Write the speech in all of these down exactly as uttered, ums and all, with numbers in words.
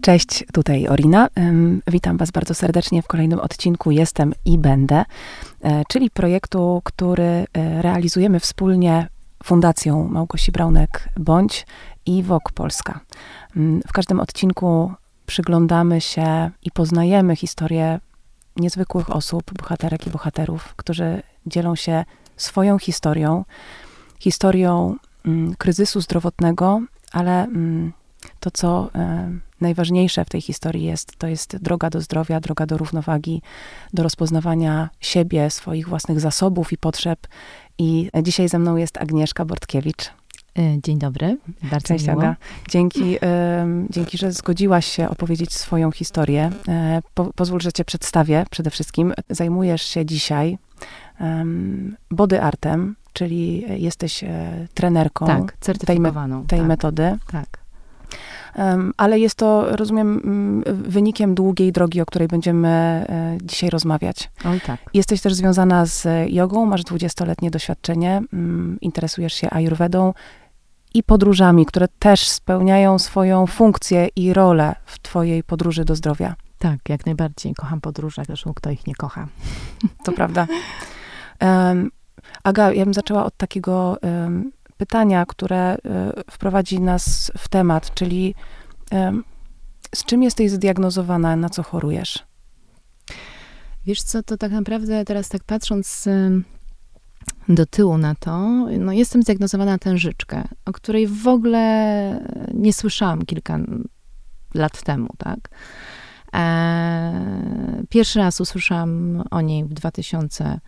Cześć, tutaj Orina. Witam Was bardzo serdecznie w kolejnym odcinku Jestem i Będę, czyli projektu, który realizujemy wspólnie Fundacją Małgosi Braunek-Bądź i Vogue Polska. W każdym odcinku przyglądamy się i poznajemy historię niezwykłych osób, bohaterek i bohaterów, którzy dzielą się swoją historią, historią mm, kryzysu zdrowotnego, ale mm, to, co e, najważniejsze w tej historii jest, to jest droga do zdrowia, droga do równowagi, do rozpoznawania siebie, swoich własnych zasobów i potrzeb. I dzisiaj ze mną jest Agnieszka Bortkiewicz. Dzień dobry, bardzo Cześć, miło. Aga. Dzięki, y, dzięki, że zgodziłaś się opowiedzieć swoją historię. E, po, pozwól, że cię przedstawię przede wszystkim. Zajmujesz się dzisiaj um, body artem, czyli jesteś e, trenerką tak, certyfikowaną, tej, me, tej tak, metody. Tak. Um, ale jest to, rozumiem, wynikiem długiej drogi, o której będziemy e, dzisiaj rozmawiać. Oj tak. Jesteś też związana z jogą, masz dwudziestoletnie doświadczenie, um, interesujesz się ajurwedą i podróżami, które też spełniają swoją funkcję i rolę w twojej podróży do zdrowia. Tak, jak najbardziej. Kocham podróże, zresztą kto ich nie kocha. To prawda. Um, Aga, ja bym zaczęła od takiego um, pytania, które um, wprowadzi nas w temat, czyli um, z czym jesteś zdiagnozowana, na co chorujesz? Wiesz co, to tak naprawdę teraz tak patrząc do tyłu na to, no jestem zdiagnozowana na tężyczkę, o której w ogóle nie słyszałam kilka lat temu, tak? E, pierwszy raz usłyszałam o niej w dwa tysiące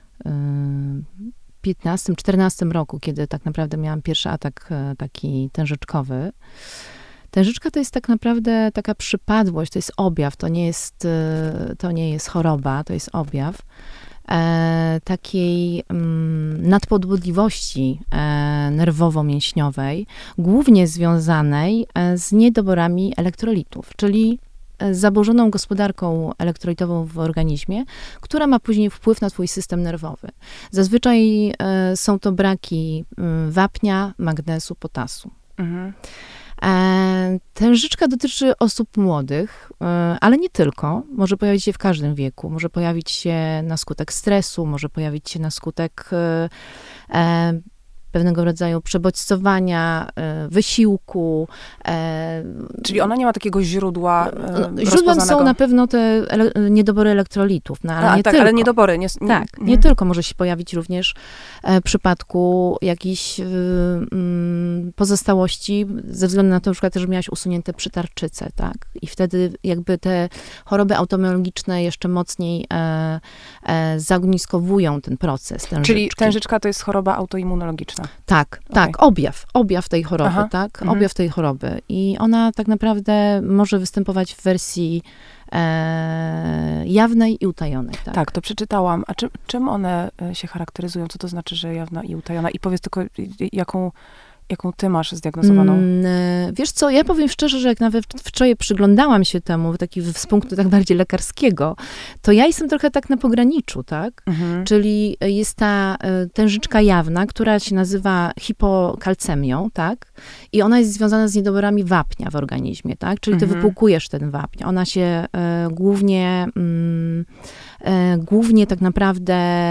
piętnastym czternastym roku, kiedy tak naprawdę miałam pierwszy atak taki tężyczkowy. Tężyczka to jest tak naprawdę taka przypadłość, to jest objaw, to nie jest, to nie jest choroba, to jest objaw e, takiej mm, nadpobudliwości e, nerwowo-mięśniowej, głównie związanej e, z niedoborami elektrolitów, czyli z zaburzoną gospodarką elektrolitową w organizmie, która ma później wpływ na twój system nerwowy. Zazwyczaj e, są to braki e, wapnia, magnezu, potasu. Mhm. E, tężyczka dotyczy osób młodych, e, ale nie tylko. Może pojawić się w każdym wieku. Może pojawić się na skutek stresu, może pojawić się na skutek e, e, pewnego rodzaju przebodźcowania, wysiłku. Czyli ona nie ma takiego źródła no, Źródłem są na pewno te ele niedobory elektrolitów, no, ale A, nie tak, tylko. ale niedobory. Nie, nie, tak, nie, nie tylko może się pojawić również w przypadku jakichś mm, pozostałości, ze względu na to, że też miałaś usunięte przytarczyce, tak? I wtedy jakby te choroby autoimmunologiczne jeszcze mocniej e, e, zaogniskowują ten proces tężyczki. Czyli tężyczka to jest choroba autoimmunologiczna. Tak, okay. tak, objaw, objaw tej choroby, Aha. tak, mhm. objaw tej choroby. I ona tak naprawdę może występować w wersji e, jawnej i utajonej. Tak? tak, to przeczytałam. A czym, czym one się charakteryzują? Co to znaczy, że jawna i utajona? I powiedz tylko, jaką, jaką ty masz zdiagnozowaną? Mm, wiesz co, ja powiem szczerze, że jak nawet wczoraj przyglądałam się temu, taki z punktu tak bardziej lekarskiego, to ja jestem trochę tak na pograniczu, tak? Mhm. Czyli jest ta tężyczka jawna, która się nazywa hipokalcemią, tak? I ona jest związana z niedoborami wapnia w organizmie, tak? Czyli ty mhm. wypłukujesz ten wapń. Ona się e, głównie, mm, e, głównie tak naprawdę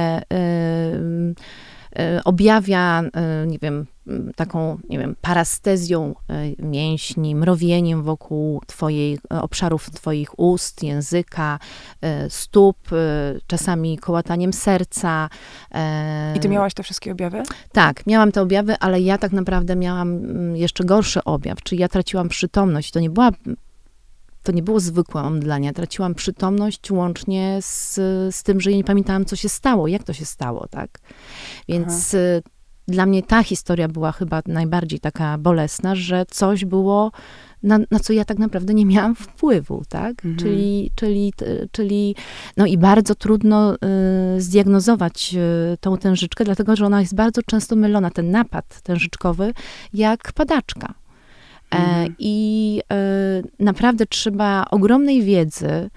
e, objawia, nie wiem, taką, nie wiem, parastezją mięśni, mrowieniem wokół twojej, obszarów twoich ust, języka, stóp, czasami kołataniem serca. I ty miałaś te wszystkie objawy? Tak, miałam te objawy, ale ja tak naprawdę miałam jeszcze gorszy objaw, czyli ja traciłam przytomność. To nie była To nie było zwykłe omdlenie. Traciłam przytomność łącznie z, z tym, że ja nie pamiętałam, co się stało, jak to się stało, tak? Więc y, dla mnie ta historia była chyba najbardziej taka bolesna, że coś było, na, na co ja tak naprawdę nie miałam wpływu, tak? Mhm. Czyli, czyli, t, czyli, no i bardzo trudno y, zdiagnozować y, tą tężyczkę, dlatego, że ona jest bardzo często mylona, ten napad tężyczkowy, jak padaczka. Mhm. E, I e, naprawdę trzeba ogromnej wiedzy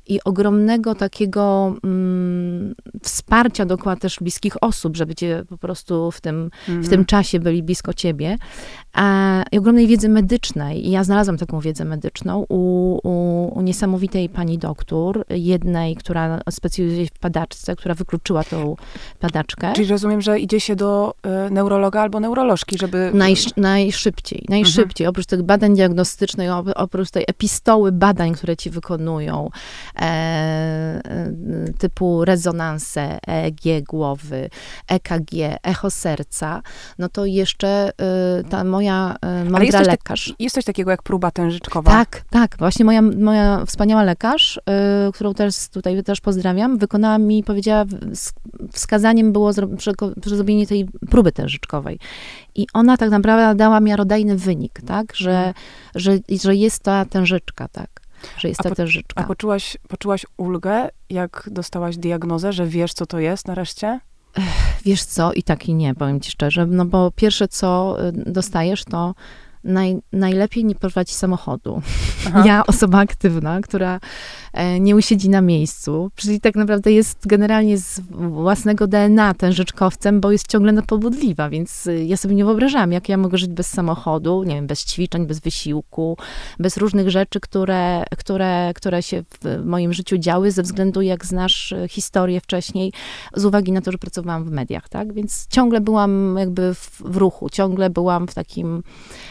i ogromnego takiego mm, wsparcia dookoła też bliskich osób, żeby cię po prostu w tym, mhm. w tym czasie byli blisko ciebie, a, i ogromnej wiedzy medycznej. I ja znalazłam taką wiedzę medyczną u, u, u niesamowitej pani doktor, jednej, która specjalizuje się w padaczce, która wykluczyła tą padaczkę. Czyli rozumiem, że idzie się do y, neurologa albo neurolożki, żeby... Najsz, najszybciej, najszybciej. Mhm. Oprócz tych badań diagnostycznych, oprócz tej epistoły badań, które ci wykonują, e, e, typu rezonanse E E G głowy, E K G, echo serca, no to jeszcze y, ta moja y, mądra lekarz. Tak, jest coś takiego jak próba tężyczkowa? Tak, tak. Właśnie moja, moja wspaniała lekarz, y, którą też tutaj też pozdrawiam, wykonała mi, powiedziała, wskazaniem było zro, zrobienie tej próby tężyczkowej. I ona tak naprawdę dała miarodajny wynik, tak, że, że, że jest ta tężyczka, tak, że jest a ta po, tężyczka. A poczułaś, poczułaś ulgę, jak dostałaś diagnozę, że wiesz, co to jest nareszcie? Wiesz co, i tak i nie, powiem ci szczerze, no bo pierwsze, co dostajesz, to Naj, najlepiej nie prowadzić samochodu. Aha. Ja, osoba aktywna, która e, nie usiedzi na miejscu, czyli tak naprawdę jest generalnie z własnego D N A tężyczkowcem, bo jest ciągle napobudliwa, więc ja sobie nie wyobrażam, jak ja mogę żyć bez samochodu, nie wiem, bez ćwiczeń, bez wysiłku, bez różnych rzeczy, które, które, które się w moim życiu działy, ze względu, jak znasz historię wcześniej, z uwagi na to, że pracowałam w mediach, tak? Więc ciągle byłam jakby w, w ruchu, ciągle byłam w takim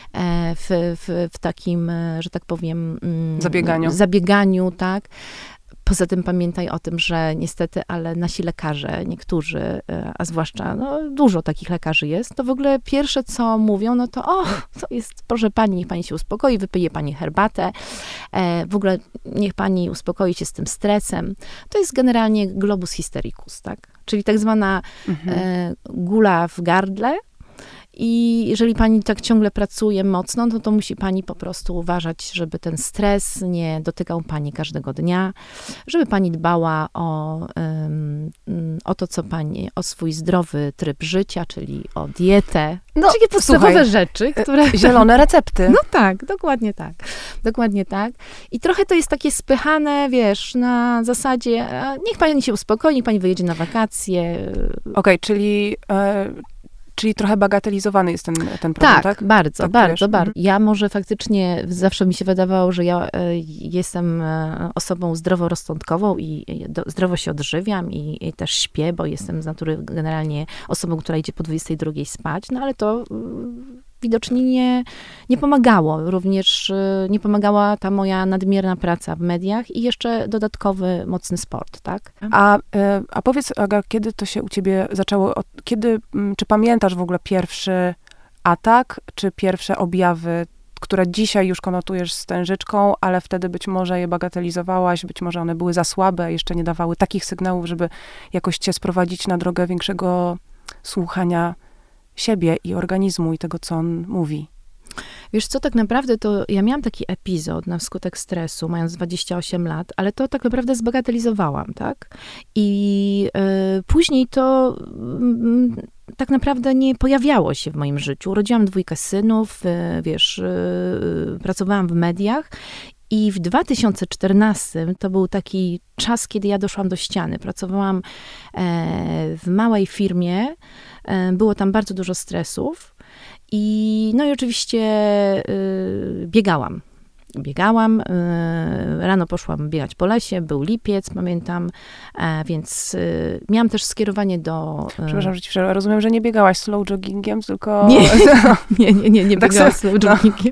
W, w, w takim, że tak powiem... Zabieganiu. Zabieganiu, tak. Poza tym pamiętaj o tym, że niestety, ale nasi lekarze, niektórzy, a zwłaszcza, no dużo takich lekarzy jest, to w ogóle pierwsze, co mówią, no to o, to jest, proszę pani, niech pani się uspokoi, wypije pani herbatę, e, w ogóle niech pani uspokoi się z tym stresem. To jest generalnie globus hystericus, tak. Czyli tak zwana mhm. e, gula w gardle. I jeżeli pani tak ciągle pracuje mocno, no to musi pani po prostu uważać, żeby ten stres nie dotykał pani każdego dnia, żeby pani dbała o, um, o to, co pani, o swój zdrowy tryb życia, czyli o dietę. No, czyli podstawowe słuchaj, rzeczy, które... Zielone recepty. No tak, dokładnie tak. Dokładnie tak. I trochę to jest takie spychane, wiesz, na zasadzie, niech pani się uspokoi, niech pani wyjedzie na wakacje. Okej, okay, czyli... E, Czyli trochę bagatelizowany jest ten, ten problem, tak? Tak, bardzo, tak, bardzo, wiesz? bardzo. Ja może faktycznie, zawsze mi się wydawało, że ja e, jestem e, osobą zdroworozsądkową i do, zdrowo się odżywiam i, i też śpię, bo jestem z natury generalnie osobą, która idzie po dwudziestej drugiej spać, no ale to... Y, widocznie nie, nie pomagało. Również nie pomagała ta moja nadmierna praca w mediach i jeszcze dodatkowy mocny sport, tak? A, a powiedz, Aga, kiedy to się u ciebie zaczęło, kiedy, czy pamiętasz w ogóle pierwszy atak, czy pierwsze objawy, które dzisiaj już konotujesz z tężyczką, ale wtedy być może je bagatelizowałaś, być może one były za słabe, jeszcze nie dawały takich sygnałów, żeby jakoś cię sprowadzić na drogę większego słuchania siebie i organizmu i tego, co on mówi. Wiesz co, tak naprawdę to ja miałam taki epizod na wskutek stresu, mając dwadzieścia osiem lat, ale to tak naprawdę zbagatelizowałam, tak? I y, później to y, tak naprawdę nie pojawiało się w moim życiu. Urodziłam dwójkę synów, y, wiesz, y, pracowałam w mediach i w dwa tysiące czternastym to był taki czas, kiedy ja doszłam do ściany. Pracowałam e, w małej firmie, e, było tam bardzo dużo stresów i no i oczywiście e, biegałam. Biegałam, rano poszłam biegać po lesie, był lipiec, pamiętam, więc miałam też skierowanie do... Przepraszam, że ci przerwę. Rozumiem, że nie biegałaś slow joggingiem, tylko... Nie, nie, nie, nie, nie biegałam slow joggingiem.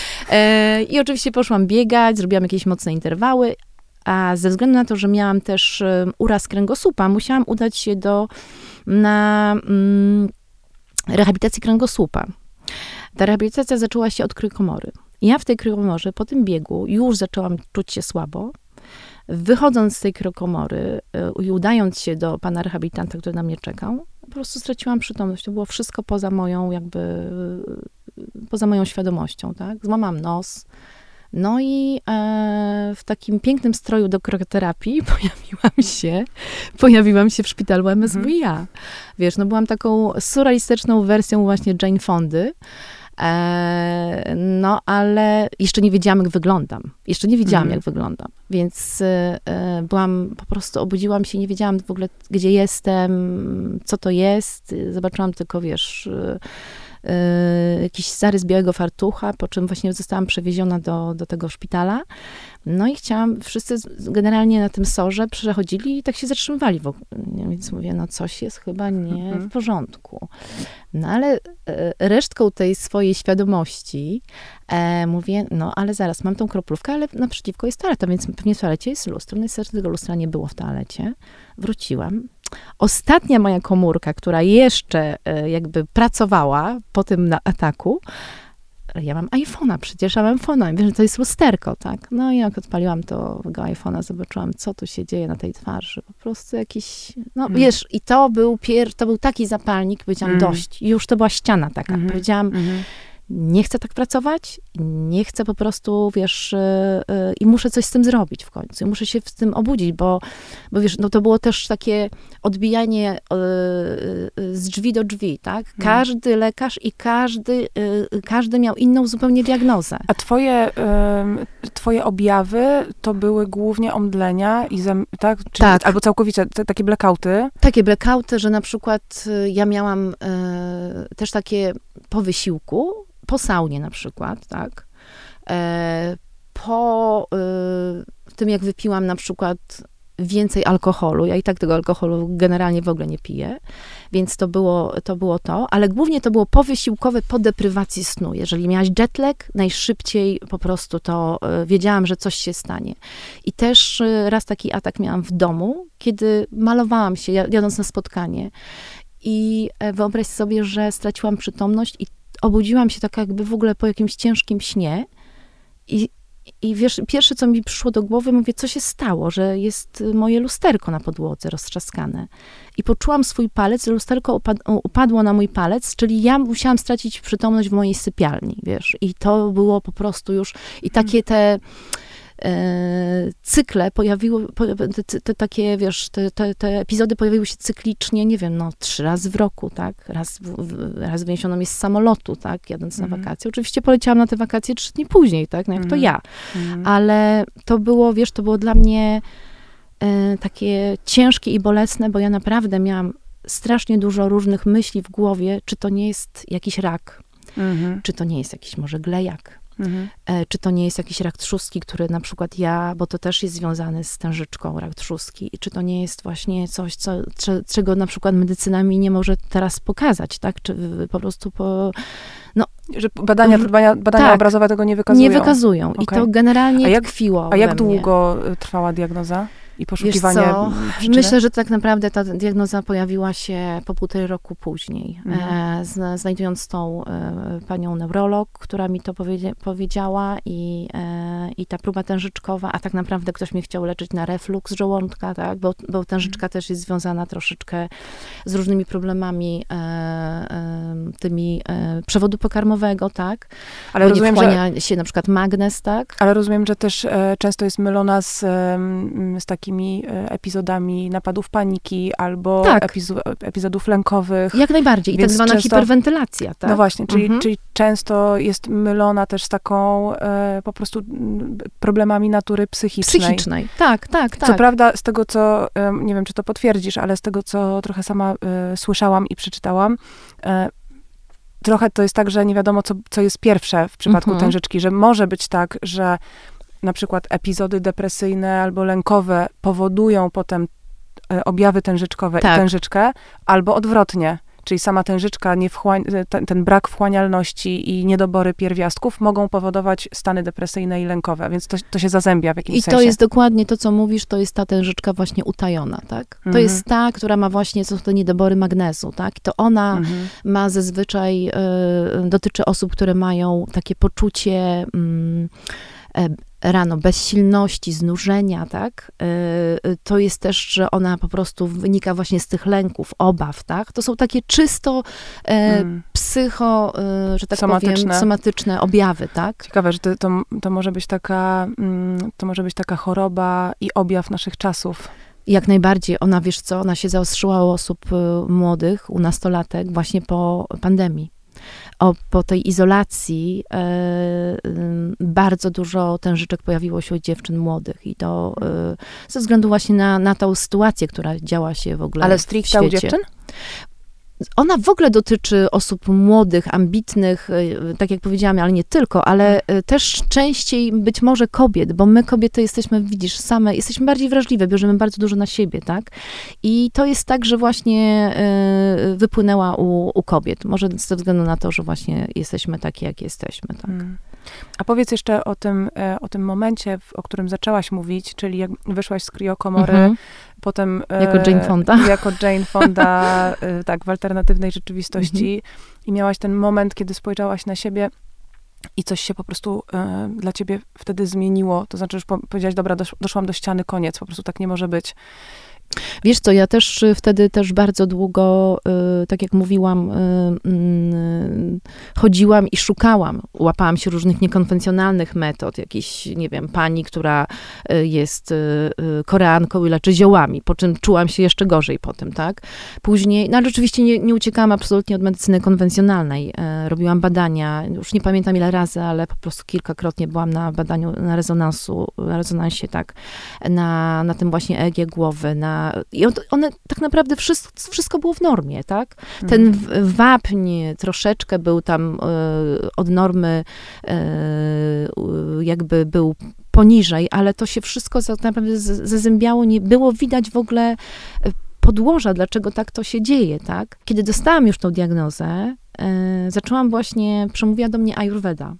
I oczywiście poszłam biegać, zrobiłam jakieś mocne interwały, a ze względu na to, że miałam też uraz kręgosłupa, musiałam udać się do, na mm, rehabilitacji kręgosłupa. Ta rehabilitacja zaczęła się od kryokomory. Ja w tej kryokomorze, po tym biegu, już zaczęłam czuć się słabo. Wychodząc z tej kryokomory i udając się do pana rehabilitanta, który na mnie czekał, po prostu straciłam przytomność. To było wszystko poza moją jakby, poza moją świadomością, tak? Złamałam nos. No i e, w takim pięknym stroju do kryoterapii pojawiłam się, pojawiłam się w szpitalu M S W I A. Mhm. Wiesz, no byłam taką surrealistyczną wersją właśnie Jane Fondy. E, no, ale jeszcze nie wiedziałam, jak wyglądam. Jeszcze nie wiedziałam, Mhm. jak wyglądam. Więc e, byłam, po prostu obudziłam się, nie wiedziałam w ogóle, gdzie jestem, co to jest. Zobaczyłam tylko, wiesz, e, e, jakiś zarys białego fartucha, po czym właśnie zostałam przewieziona do, do tego szpitala. No i chciałam, wszyscy generalnie na tym sorze przechodzili i tak się zatrzymywali wokół. Więc mówię, no coś jest chyba nie Mhm. w porządku. No ale e, resztką tej swojej świadomości e, mówię, no ale zaraz, mam tą kroplówkę, ale naprzeciwko jest toaleta, więc pewnie w toalecie jest lustro. No niestety tego lustra nie było w toalecie. Wróciłam. Ostatnia moja komórka, która jeszcze e, jakby pracowała po tym na ataku, ja mam iPhone'a, przecież ja mam iPhone'a, wiem, że to jest lusterko, tak? No i jak odpaliłam to, tego iPhone'a, zobaczyłam, co tu się dzieje na tej twarzy. Po prostu jakiś, no Mm. wiesz, i to był pier, to był taki zapalnik, powiedziałam, Mm. dość. I już to była ściana taka. Mhm. Powiedziałam, Mhm. nie chcę tak pracować, nie chcę po prostu, wiesz, yy, yy, i muszę coś z tym zrobić w końcu. I muszę się z tym obudzić, bo, bo wiesz, no to było też takie odbijanie yy, yy, z drzwi do drzwi, tak? Każdy lekarz i każdy, yy, każdy miał inną zupełnie diagnozę. A twoje, ym, twoje objawy to były głównie omdlenia i zam, tak? Czy, Tak. Albo całkowicie te, takie blackouty? Takie blackouty, że na przykład y, ja miałam y, też takie po wysiłku, po saunie na przykład, tak? E, po y, tym, jak wypiłam na przykład więcej alkoholu, ja i tak tego alkoholu generalnie w ogóle nie piję, więc to było to, było to, ale głównie to było powysiłkowe po deprywacji snu. Jeżeli miałaś jetlag, najszybciej po prostu to y, wiedziałam, że coś się stanie. I też y, raz taki atak miałam w domu, kiedy malowałam się, jadąc na spotkanie i e, wyobraź sobie, że straciłam przytomność i obudziłam się tak jakby w ogóle po jakimś ciężkim śnie i, i wiesz, pierwsze, co mi przyszło do głowy, mówię, co się stało, że jest moje lusterko na podłodze roztrzaskane. I poczułam swój palec, lusterko upad- upadło na mój palec, czyli ja musiałam stracić przytomność w mojej sypialni, wiesz. I to było po prostu już, i takie te e, cykle pojawiły, po, te, te takie, wiesz, te, te, te epizody pojawiły się cyklicznie, nie wiem, no trzy razy w roku, tak? Raz, w, raz wyniesiono mnie z samolotu, tak? Jadąc Mhm. na wakacje. Oczywiście poleciałam na te wakacje trzy dni później, tak? No jak to Mhm. ja. Mhm. Ale to było, wiesz, to było dla mnie e, takie ciężkie i bolesne, bo ja naprawdę miałam strasznie dużo różnych myśli w głowie, czy to nie jest jakiś rak, Mhm. czy to nie jest jakiś może glejak, Mhm. e, czy to nie jest jakiś rak trzustki, który na przykład ja, bo to też jest związane z tężyczką, rak trzustki, i czy to nie jest właśnie coś, co, cze, czego na przykład medycyna mi nie może teraz pokazać, tak, czy w- po prostu po, Że badania, badania, badania Tak. obrazowe tego nie wykazują. nie wykazują. I Okej. to generalnie A jak- tkwiło A jak we mnie. długo y, trwała diagnoza i Wiesz poszukiwanie co, przyczyny? myślę, że tak naprawdę ta diagnoza pojawiła się po półtorej roku później. Mhm. E, zna- znajdując tą e, panią neurolog, która mi to powiedzia- powiedziała i, e, i ta próba tężyczkowa, a tak naprawdę ktoś mnie chciał leczyć na refluks żołądka, tak, bo, bo tężyczka też jest związana troszeczkę z różnymi problemami e, e, tymi e, przewodu pokarmowego, tak, Ale bo rozumiem, nie że, wchłania się na przykład magnez, tak. ale rozumiem, że też e, często jest mylona z, em, z takimi e, epizodami napadów paniki albo Tak. epizo- epizodów lękowych. Jak najbardziej. I tak Więc zwana często- hiperwentylacja, tak. No właśnie, czyli, Mhm. czyli często jest mylona też z taką e, po prostu m, problemami natury psychicznej. Psychicznej. Tak, tak, tak. Co prawda, z tego co, em, nie wiem, czy to potwierdzisz, ale z tego, co trochę sama e, słyszałam i przeczytałam, e, trochę to jest tak, że nie wiadomo, co, co jest pierwsze w przypadku Mhm. tężyczki, że może być tak, że na przykład epizody depresyjne albo lękowe powodują potem e, objawy tężyczkowe Tak. i tężyczkę, albo odwrotnie. Czyli sama tężyczka, nie wchłań, ten, ten brak wchłanialności i niedobory pierwiastków mogą powodować stany depresyjne i lękowe, więc to, to się zazębia w jakimś I sensie. to jest dokładnie to, co mówisz, to jest ta tężyczka właśnie utajona, tak? To Mhm. jest ta, która ma właśnie, co to niedobory magnezu, tak? To ona Mhm. ma zazwyczaj, y, dotyczy osób, które mają takie poczucie mm, e, rano bezsilności, znużenia, tak? Y, y, to jest też, że ona po prostu wynika właśnie z tych lęków, obaw, tak? To są takie czysto e, Mm. psycho, y, że tak Somatyczne. powiem, somatyczne objawy, tak? Ciekawe, że to, to, to może być taka, mm, to może być taka choroba i objaw naszych czasów. Jak najbardziej. Ona, wiesz co, ona się zaostrzyła u osób y, młodych, u nastolatek właśnie po pandemii. o, po tej izolacji e, e, bardzo dużo tężyczek pojawiło się u dziewczyn młodych i to e, ze względu właśnie na, na tą sytuację, która działa się w ogóle Ale w stricte u dziewczyn? Ona w ogóle dotyczy osób młodych, ambitnych, tak jak powiedziałam, ale nie tylko, ale też częściej być może kobiet, bo my kobiety jesteśmy, widzisz, same, jesteśmy bardziej wrażliwe, bierzemy bardzo dużo na siebie, tak? I to jest tak, że właśnie wypłynęła u, u kobiet. Może ze względu na to, że właśnie jesteśmy takie, jak jesteśmy, tak? Hmm. A powiedz jeszcze o tym, o tym momencie, o którym zaczęłaś mówić, czyli jak wyszłaś z kriokomory, mhm. potem... Jako Jane Fonda. Jako Jane Fonda, tak, w alternatywnej rzeczywistości. Mhm. I miałaś ten moment, kiedy spojrzałaś na siebie i coś się po prostu y, dla ciebie wtedy zmieniło. To znaczy, że powiedziałaś, dobra, dosz, doszłam do ściany, koniec, po prostu tak nie może być. Wiesz co, ja też wtedy też bardzo długo, y, tak jak mówiłam, y, y, chodziłam i szukałam. Łapałam się różnych niekonwencjonalnych metod. Jakiejś, nie wiem, pani, która y, jest y, Koreanką i leczy ziołami, po czym czułam się jeszcze gorzej po tym, tak? Później, no ale oczywiście nie, nie uciekałam absolutnie od medycyny konwencjonalnej. Y, robiłam badania, już nie pamiętam ile razy, ale po prostu kilkakrotnie byłam na badaniu, na rezonansu, na rezonansie, tak, na, na tym właśnie E E G głowy, na I one, tak naprawdę wszystko, wszystko było w normie, tak? Ten w, wapń troszeczkę był tam y, od normy y, y, jakby był poniżej, ale to się wszystko tak naprawdę zazębiało, nie było widać w ogóle podłoża, dlaczego tak to się dzieje, tak? Kiedy dostałam już tą diagnozę, y, zaczęłam właśnie, przemówiła do mnie Ayurveda.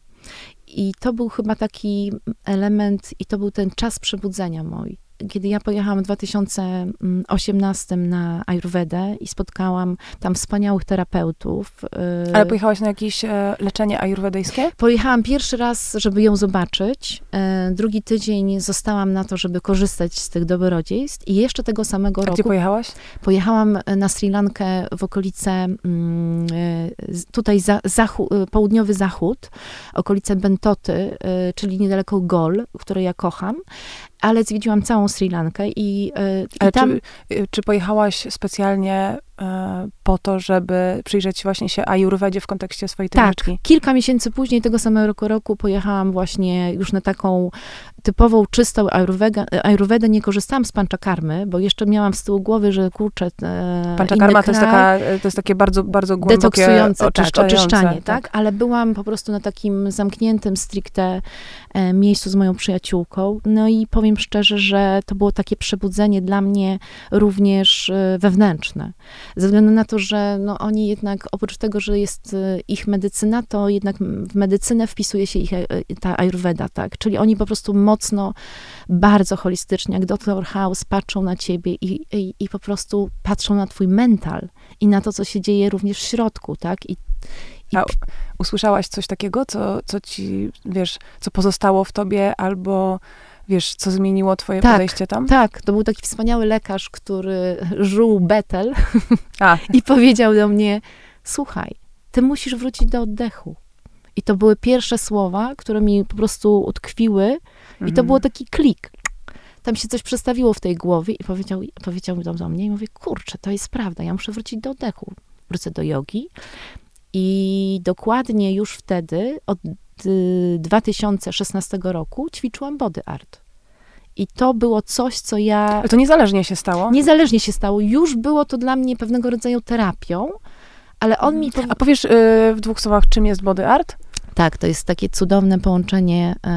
I to był chyba taki element, i to był ten czas przebudzenia mój. Kiedy ja pojechałam w dwa tysiące osiemnastym na Ayurvedę i spotkałam tam wspaniałych terapeutów. Ale pojechałaś na jakieś e, leczenie ajurwedyjskie? Pojechałam pierwszy raz, żeby ją zobaczyć. E, drugi tydzień zostałam na to, żeby korzystać z tych dobrodziejstw. I jeszcze tego samego A roku... Gdzie pojechałaś? Pojechałam na Sri Lankę w okolice, mm, tutaj za, zachód, południowy zachód, okolice Bentoty, czyli niedaleko Gol, której ja kocham. Ale zwiedziłam całą Sri Lankę i, i Ale tam... Czy, czy pojechałaś specjalnie e, po to, żeby przyjrzeć właśnie się Ajurwedzie w kontekście swojej tężyczki? Tak. Kilka miesięcy później, tego samego roku, pojechałam właśnie już na taką typową, czystą Ajurwedę. Ajurwedę. Nie korzystałam z panczakarmy, bo jeszcze miałam z tyłu głowy, że kurczę, e, Panczakarma to jest, taka, to jest takie bardzo, bardzo głębokie detoksujące, tak, oczyszczanie, tak? tak? Ale byłam po prostu na takim zamkniętym stricte e, miejscu z moją przyjaciółką. No i powiem szczerze, że to było takie przebudzenie dla mnie również e, wewnętrzne. Ze względu na to, że no, oni jednak, oprócz tego, że jest e, ich medycyna, to jednak w medycynę wpisuje się ich e, ta Ayurveda, tak? Czyli oni po prostu mocno, bardzo holistycznie, jak doktor House, patrzą na ciebie i, i, i po prostu patrzą na twój mental i na to, co się dzieje również w środku, tak? I, i... A usłyszałaś coś takiego, co, co ci, wiesz, co pozostało w tobie, albo wiesz, co zmieniło twoje tak, podejście tam? Tak, to był taki wspaniały lekarz, który żuł betel A. i powiedział do mnie, słuchaj, ty musisz wrócić do oddechu. I to były pierwsze słowa, które mi po prostu utkwiły mhm. i to było taki klik. Tam się coś przestawiło w tej głowie i powiedział, powiedział do mnie i mówię, kurczę, to jest prawda, ja muszę wrócić do oddechu. Wrócę do jogi i dokładnie już wtedy, od dwa tysiące szesnastego roku, ćwiczyłam body art. I to było coś, co ja... Ale to niezależnie się stało? Niezależnie się stało. Już było to dla mnie pewnego rodzaju terapią, ale on mi... A powiesz yy, w dwóch słowach, czym jest body art? Tak, to jest takie cudowne połączenie, e,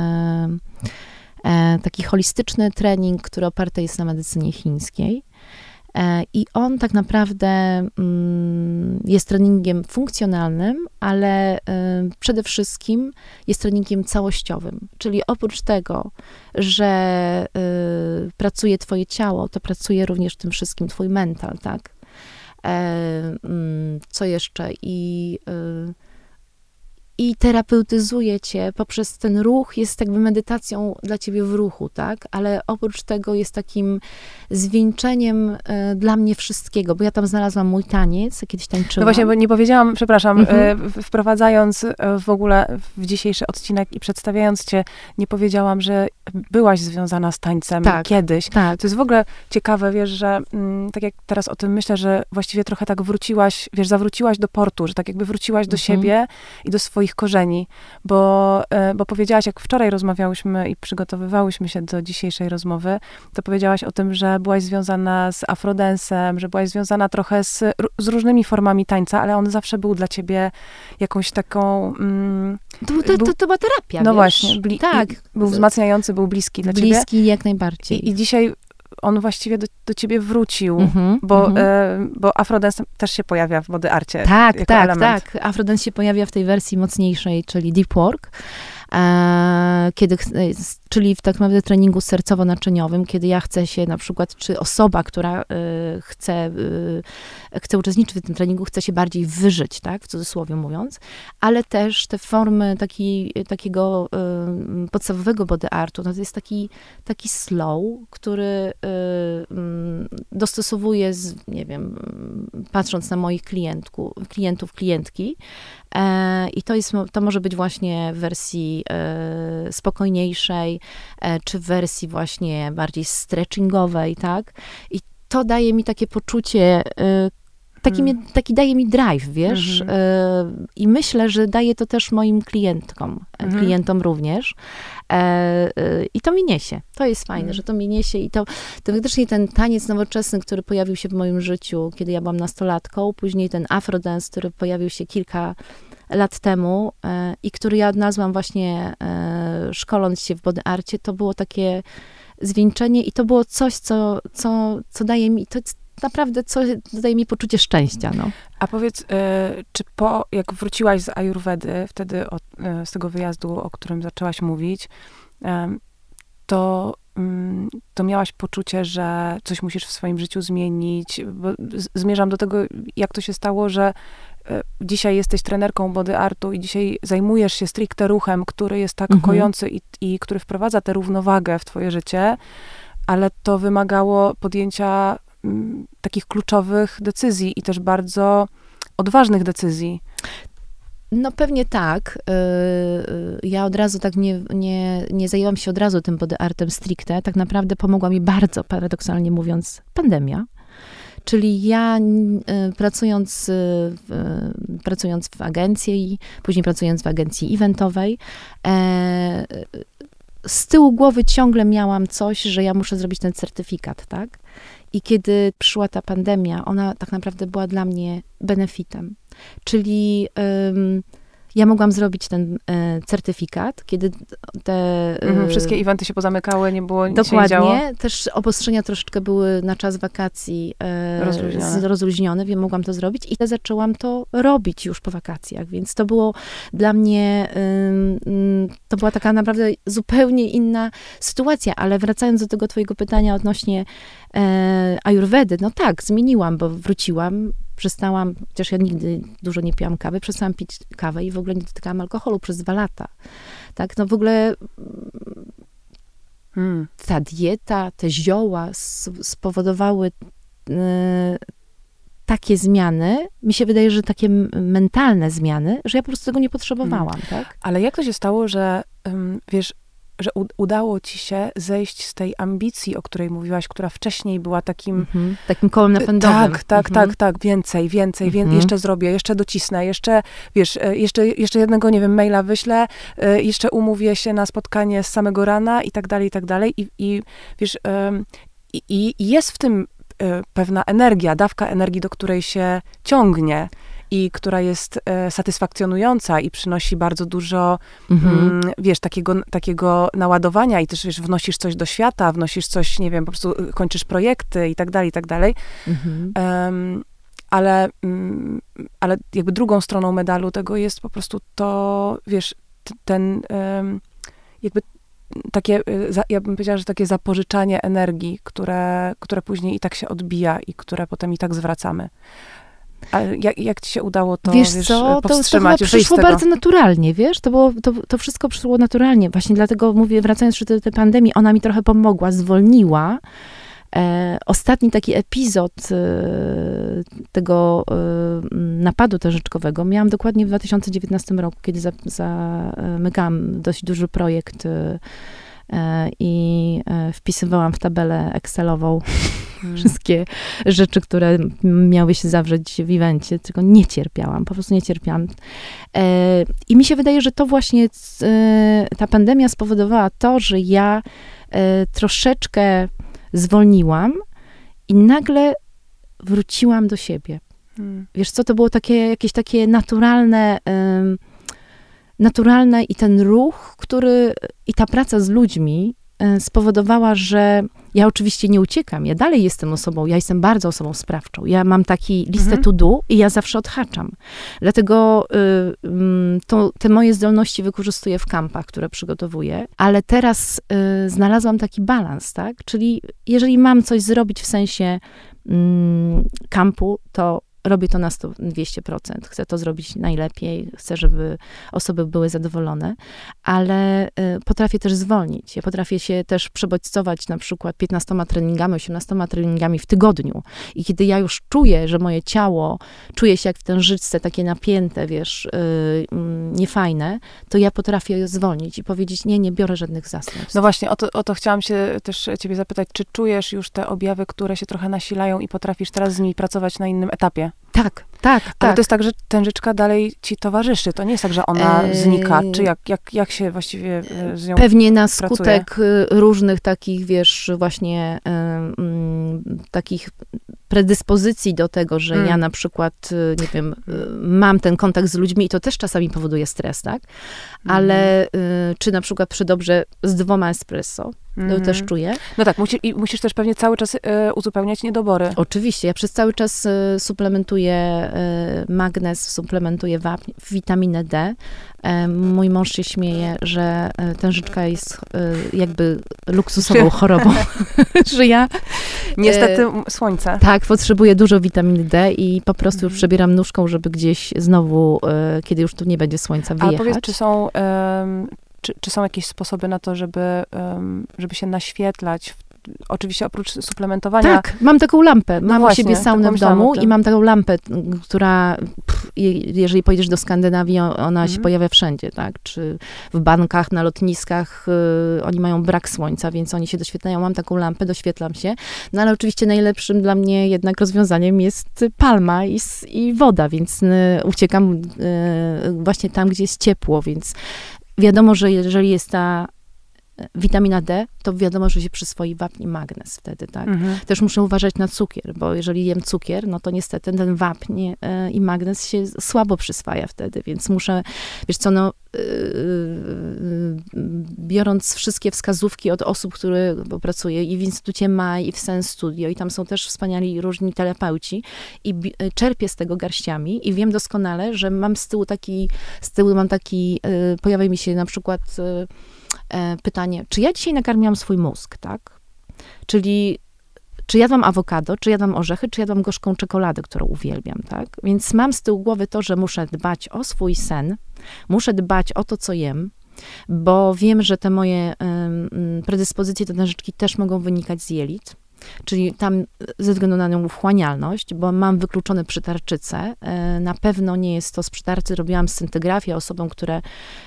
e, taki holistyczny trening, który oparty jest na medycynie chińskiej. E, I on tak naprawdę mm, jest treningiem funkcjonalnym, ale e, przede wszystkim jest treningiem całościowym. Czyli oprócz tego, że e, pracuje twoje ciało, to pracuje również w tym wszystkim twój mental, tak? E, mm, co jeszcze? I... E, i terapeutyzuje cię poprzez ten ruch, jest jakby medytacją dla ciebie w ruchu, tak? Ale oprócz tego jest takim zwieńczeniem e, dla mnie wszystkiego, bo ja tam znalazłam mój taniec, kiedyś tańczyłam. No właśnie, bo nie powiedziałam, przepraszam, Mhm. e, w- wprowadzając e, w ogóle w dzisiejszy odcinek i przedstawiając cię, nie powiedziałam, że byłaś związana z tańcem Tak. kiedyś. Tak. To jest w ogóle ciekawe, wiesz, że mm, tak jak teraz o tym myślę, że właściwie trochę tak wróciłaś, wiesz, zawróciłaś do portu, że tak jakby wróciłaś do Mhm. siebie i do swoich korzeni, bo, e, bo powiedziałaś, jak wczoraj rozmawiałyśmy i przygotowywałyśmy się do dzisiejszej rozmowy, to powiedziałaś o tym, że byłaś związana z afrodensem, że byłaś związana trochę z, z różnymi formami tańca, ale on zawsze był dla ciebie jakąś taką... Mm, To, to, był- to, to była terapia, no wiesz? właśnie, bli, tak. i był wzmacniający, był bliski dla ciebie. Bliski jak najbardziej. I, I dzisiaj on właściwie do, do ciebie wrócił, Mhm, bo, mhm. e, bo afrodance też się pojawia w body arcie Tak, jako tak, element. tak. Afrodance się pojawia w tej wersji mocniejszej, czyli deep work, e, kiedy, ch- e, s- czyli w tak naprawdę treningu sercowo-naczyniowym, kiedy ja chcę się na przykład, czy osoba, która e, chce, e, chce uczestniczyć w tym treningu, chce się bardziej wyżyć, tak, w cudzysłowie mówiąc, ale też te formy taki, takiego e, podstawowego body artu, no to jest taki, taki slow, który e, mm, dostosowuje, z, nie wiem, patrząc na moich klientku, klientów, klientki. E, I to, jest, to może być właśnie w wersji e, spokojniejszej, e, czy w wersji właśnie bardziej stretchingowej, tak? I to daje mi takie poczucie, e, taki, Mm. mnie, taki daje mi drive, wiesz? Mhm. E, I myślę, że daje to też moim klientkom, e, Mhm. klientom również. E, e, I to mi niesie. To jest fajne, Mhm. że to mi niesie i to, to faktycznie ten taniec nowoczesny, który pojawił się w moim życiu, kiedy ja byłam nastolatką, później ten afrodance, który pojawił się kilka lat temu e, i który ja odnalazłam właśnie e, szkoląc się w body arcie, to było takie zwieńczenie i to było coś, co, co, co daje mi, to jest naprawdę coś, daje mi poczucie szczęścia, no. A powiedz, e, czy po, jak wróciłaś z Ajurwedy, wtedy o, e, z tego wyjazdu, o którym zaczęłaś mówić, em, to, mm, to miałaś poczucie, że coś musisz w swoim życiu zmienić? Bo z- zmierzam do tego, jak to się stało, że e, dzisiaj jesteś trenerką body artu i dzisiaj zajmujesz się stricte ruchem, który jest tak Mhm. kojący i, i który wprowadza tę równowagę w twoje życie, ale to wymagało podjęcia mm, takich kluczowych decyzji i też bardzo odważnych decyzji. No pewnie tak. Yy, Ja od razu tak nie, nie, nie zajęłam się od razu tym body artem stricte. Tak naprawdę pomogła mi bardzo, paradoksalnie mówiąc, pandemia. Czyli ja y, pracując, y, w, pracując w agencji i później pracując w agencji eventowej, e, z tyłu głowy ciągle miałam coś, że ja muszę zrobić ten certyfikat, tak? I kiedy przyszła ta pandemia, ona tak naprawdę była dla mnie benefitem. Czyli ym, ja mogłam zrobić ten y, certyfikat, kiedy te... y, Mhm, wszystkie eventy się pozamykały, nie było, nic się nie działo. Dokładnie. Też obostrzenia troszeczkę były na czas wakacji e, Rozluźnione. z- rozluźnione, więc mogłam to zrobić i zaczęłam to robić już po wakacjach, więc to było dla mnie, ym, ym, to była taka naprawdę zupełnie inna sytuacja, ale wracając do tego twojego pytania odnośnie e, ajurwedy, no tak, zmieniłam, bo wróciłam, przestałam, chociaż ja nigdy dużo nie piłam kawy, przestałam pić kawę i w ogóle nie dotykałam alkoholu przez dwa lata. Tak, no w ogóle Hmm. ta dieta, te zioła s- spowodowały y, takie zmiany, mi się wydaje, że takie m- mentalne zmiany, że ja po prostu tego nie potrzebowałam, tak? Ale jak to się stało, że ym, wiesz, że u, udało ci się zejść z tej ambicji, o której mówiłaś, która wcześniej była takim... Mhm. Takim kołem napędowym. Tak, tak, Mhm. tak, tak, więcej, więcej, wię- Mhm. jeszcze zrobię, jeszcze docisnę, jeszcze, wiesz, e, jeszcze, jeszcze jednego, nie wiem, maila wyślę, e, jeszcze umówię się na spotkanie z samego rana i tak dalej, i tak dalej. I, i wiesz, em, i, i jest w tym e, pewna energia, dawka energii, do której się ciągnie i która jest e, satysfakcjonująca i przynosi bardzo dużo, Mhm. mm, wiesz, takiego, takiego naładowania i też, wiesz, wnosisz coś do świata, wnosisz coś, nie wiem, po prostu y, kończysz projekty i tak dalej, i tak dalej. Mhm. Em, ale, mm, ale jakby drugą stroną medalu tego jest po prostu to, wiesz, t- ten em, jakby takie, y, za, ja bym powiedziała, że takie zapożyczanie energii, które, które później i tak się odbija i które potem i tak zwracamy. A jak, jak ci się udało to, wiesz, wiesz, co? powstrzymać? To, to przyszło bardzo naturalnie, wiesz? To, było, to, to wszystko przyszło naturalnie. Właśnie dlatego mówię, wracając do tej pandemii, ona mi trochę pomogła, zwolniła. E, ostatni taki epizod e, tego e, napadu tężyczkowego miałam dokładnie w dwa tysiące dziewiętnastym roku, kiedy za, zamykałam dość duży projekt e, i e, wpisywałam w tabelę Excelową hmm. wszystkie rzeczy, które miały się zawrzeć w evencie, tylko nie cierpiałam, po prostu nie cierpiałam. E, I mi się wydaje, że to właśnie e, ta pandemia spowodowała to, że ja e, troszeczkę zwolniłam i nagle wróciłam do siebie. Hmm. Wiesz co, to było takie, jakieś takie naturalne, um, naturalne i ten ruch, który, i ta praca z ludźmi um, spowodowała, że ja oczywiście nie uciekam, ja dalej jestem osobą, ja jestem bardzo osobą sprawczą. Ja mam taki listę mhm. to do i ja zawsze odhaczam. Dlatego y, y, to, te moje zdolności wykorzystuję w kampach, które przygotowuję, ale teraz y, znalazłam taki balans, tak? Czyli jeżeli mam coś zrobić w sensie y, kampu, to robię to na sto, dwieście procent. Chcę to zrobić najlepiej, chcę, żeby osoby były zadowolone, ale y, potrafię też zwolnić. Ja potrafię się też przebodźcować na przykład piętnastoma treningami, osiemnastoma treningami w tygodniu. I kiedy ja już czuję, że moje ciało czuje się jak w tężyczce, takie napięte, wiesz, y, y, niefajne, to ja potrafię zwolnić i powiedzieć, nie, nie biorę żadnych zastępstw. No właśnie, o to, o to chciałam się też ciebie zapytać, czy czujesz już te objawy, które się trochę nasilają i potrafisz teraz z nimi pracować na innym etapie? Tak, tak, Ale tak. to jest tak, że tężyczka dalej ci towarzyszy. To nie jest tak, że ona eee... znika. Czy jak, jak, jak się właściwie z nią Pewnie na pracuje? skutek różnych takich, wiesz, właśnie um, takich predyspozycji do tego, że hmm. ja na przykład, nie wiem, mam ten kontakt z ludźmi i to też czasami powoduje stres, tak? Ale hmm. czy na przykład przy dobrze z dwoma espresso, to mm. też czuję. No tak, musi, i musisz też pewnie cały czas y, uzupełniać niedobory. Oczywiście, ja przez cały czas y, suplementuję y, magnez, suplementuję wapń, witaminę D. Y, mój mąż się śmieje, że y, tężyczka jest y, jakby luksusową chorobą, że ja... Niestety y, słońce. Tak, potrzebuję dużo witaminy D i po prostu mm. już przebieram nóżką, żeby gdzieś znowu, y, kiedy już tu nie będzie słońca, wyjechać. Ale powiedz, czy są... Y, Czy, czy są jakieś sposoby na to, żeby, um, żeby się naświetlać? Oczywiście oprócz suplementowania. Tak, mam taką lampę. Mam no właśnie, u siebie saunę w domu i mam taką lampę, która, pff, jeżeli pojedziesz do Skandynawii, ona mm. się pojawia wszędzie, tak? Czy w bankach, na lotniskach, y, oni mają brak słońca, więc oni się doświetlają. Mam taką lampę, doświetlam się. No ale oczywiście najlepszym dla mnie jednak rozwiązaniem jest palma i, i woda, więc y, uciekam y, właśnie tam, gdzie jest ciepło, więc wiadomo, że jeżeli jest ta witamina D, to wiadomo, że się przyswoi wapń i magnez wtedy, tak? Mhm. Też muszę uważać na cukier, bo jeżeli jem cukier, no to niestety ten wapń y, i magnez się słabo przyswaja wtedy, więc muszę, wiesz co, no y, y, biorąc wszystkie wskazówki od osób, które pracuję i w Instytucie M A I, i w Sense Studio, i tam są też wspaniali różni terapeuci, i bi- czerpię z tego garściami i wiem doskonale, że mam z tyłu taki, z tyłu mam taki, y, pojawia mi się na przykład y, pytanie, czy ja dzisiaj nakarmiłam swój mózg, tak? Czyli czy jadłam awokado, czy jadłam orzechy, czy jadłam gorzką czekoladę, którą uwielbiam, tak? Więc mam z tyłu głowy to, że muszę dbać o swój sen, muszę dbać o to, co jem, bo wiem, że te moje um, predyspozycje do tężyczki też mogą wynikać z jelit. Czyli tam ze względu na nią wchłanialność, bo mam wykluczone przytarczyce. Na pewno nie jest to z przytarcy. Robiłam scyntygrafię osobom, które,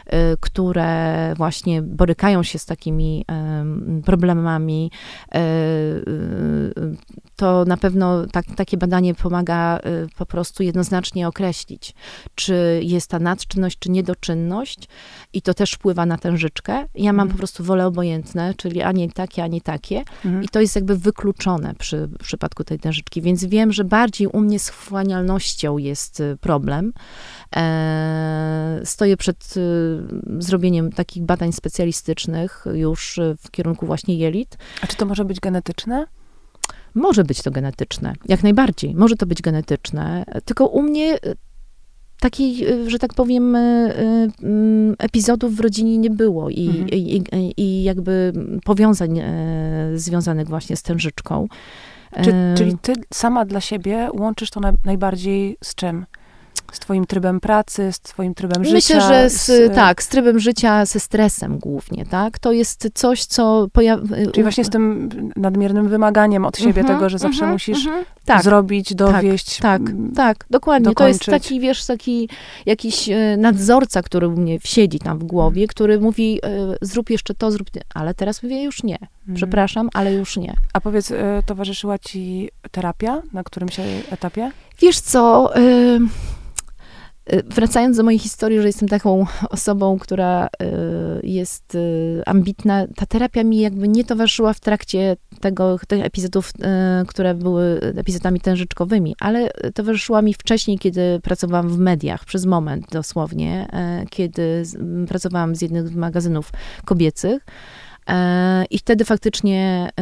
które właśnie borykają się z takimi problemami. To na pewno tak, takie badanie pomaga po prostu jednoznacznie określić, czy jest ta nadczynność, czy niedoczynność i to też wpływa na tężyczkę. Ja mam mm. po prostu wolę obojętne, czyli ani takie, ani takie mm. i to jest jakby wykluczone przy w przypadku tej tężyczki, więc wiem, że bardziej u mnie z wchłanialnością jest problem. E, stoję przed e, zrobieniem takich badań specjalistycznych już w kierunku właśnie jelit. A czy to może być genetyczne? Może być to genetyczne, jak najbardziej. Może to być genetyczne, tylko u mnie takiej, że tak powiem, epizodów w rodzinie nie było i, mhm. i, i, i jakby powiązań związanych właśnie z tężyczką. Czy, czyli ty sama dla siebie łączysz to na, najbardziej z czym? Z twoim trybem pracy, z twoim trybem życia? Myślę, że z, z... tak, z trybem życia, ze stresem głównie, tak? To jest coś, co pojawia... Czyli właśnie z tym nadmiernym wymaganiem od siebie, Mhm, tego, że zawsze mhm, musisz mhm. Tak, zrobić, dowieść. Tak, tak, tak, dokładnie. dokończyć. To jest taki, wiesz, taki jakiś e, nadzorca, który u mnie siedzi tam w głowie, który mówi, e, zrób jeszcze to, zrób... Ale teraz mówię, już nie. Przepraszam, ale już nie. A powiedz, e, towarzyszyła ci terapia na którymś etapie? Wiesz co... E, Wracając do mojej historii, że jestem taką osobą, która y, jest y, ambitna, ta terapia mi jakby nie towarzyszyła w trakcie tego, tych epizodów, y, które były epizodami tężyczkowymi, ale towarzyszyła mi wcześniej, kiedy pracowałam w mediach, przez moment dosłownie, y, kiedy z, m, pracowałam z jednych z magazynów kobiecych. I wtedy faktycznie,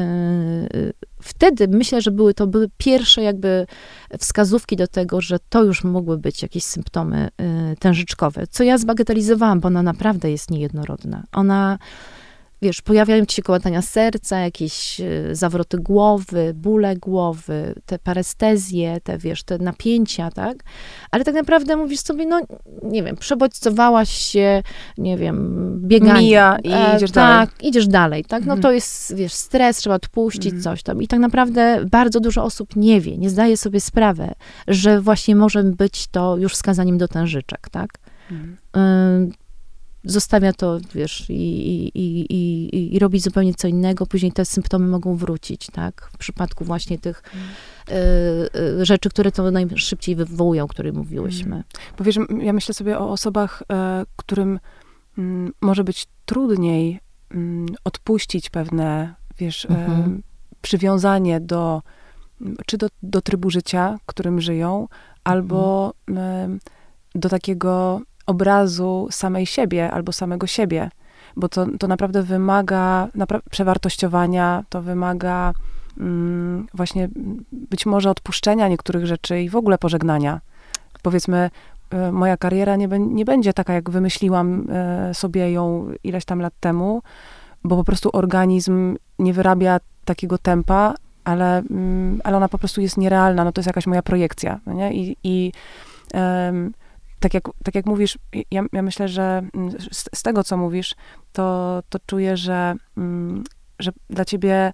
wtedy myślę, że były to były pierwsze jakby wskazówki do tego, że to już mogły być jakieś symptomy tężyczkowe, co ja zbagatelizowałam, bo ona naprawdę jest niejednorodna. Ona, wiesz, pojawiają ci się kołatania serca, jakieś zawroty głowy, bóle głowy, te parestezje, te, wiesz, te napięcia, tak? Ale tak naprawdę mówisz sobie, no, nie wiem, przebodźcowałaś się, nie wiem, bieganie. Mija i e, idziesz tak, dalej. Tak, idziesz dalej, tak? No Mhm. to jest, wiesz, stres, trzeba odpuścić Mhm. coś tam. I tak naprawdę bardzo dużo osób nie wie, nie zdaje sobie sprawy, że właśnie może być to już wskazaniem do tężyczek, tak? Mhm. Y- Zostawia to, wiesz, i, i, i, i, i robi zupełnie co innego, później te symptomy mogą wrócić, tak? W przypadku właśnie tych y, y, rzeczy, które to najszybciej wywołują, o których mówiłyśmy. Bo wiesz, ja myślę sobie o osobach, e, którym m, może być trudniej m, odpuścić pewne, wiesz, Mhm. e, przywiązanie do, czy do, do trybu życia, którym żyją, albo e, do takiego obrazu samej siebie albo samego siebie, bo to, to naprawdę wymaga napra- przewartościowania, to wymaga mm, właśnie być może odpuszczenia niektórych rzeczy i w ogóle pożegnania. Powiedzmy, y, moja kariera nie, b- nie będzie taka, jak wymyśliłam y, sobie ją ileś tam lat temu, bo po prostu organizm nie wyrabia takiego tempa, ale, mm, ale ona po prostu jest nierealna, no to jest jakaś moja projekcja, no nie? I, i em, Tak jak, tak jak mówisz, ja, ja myślę, że z, z tego, co mówisz, to, to czuję, że, że dla ciebie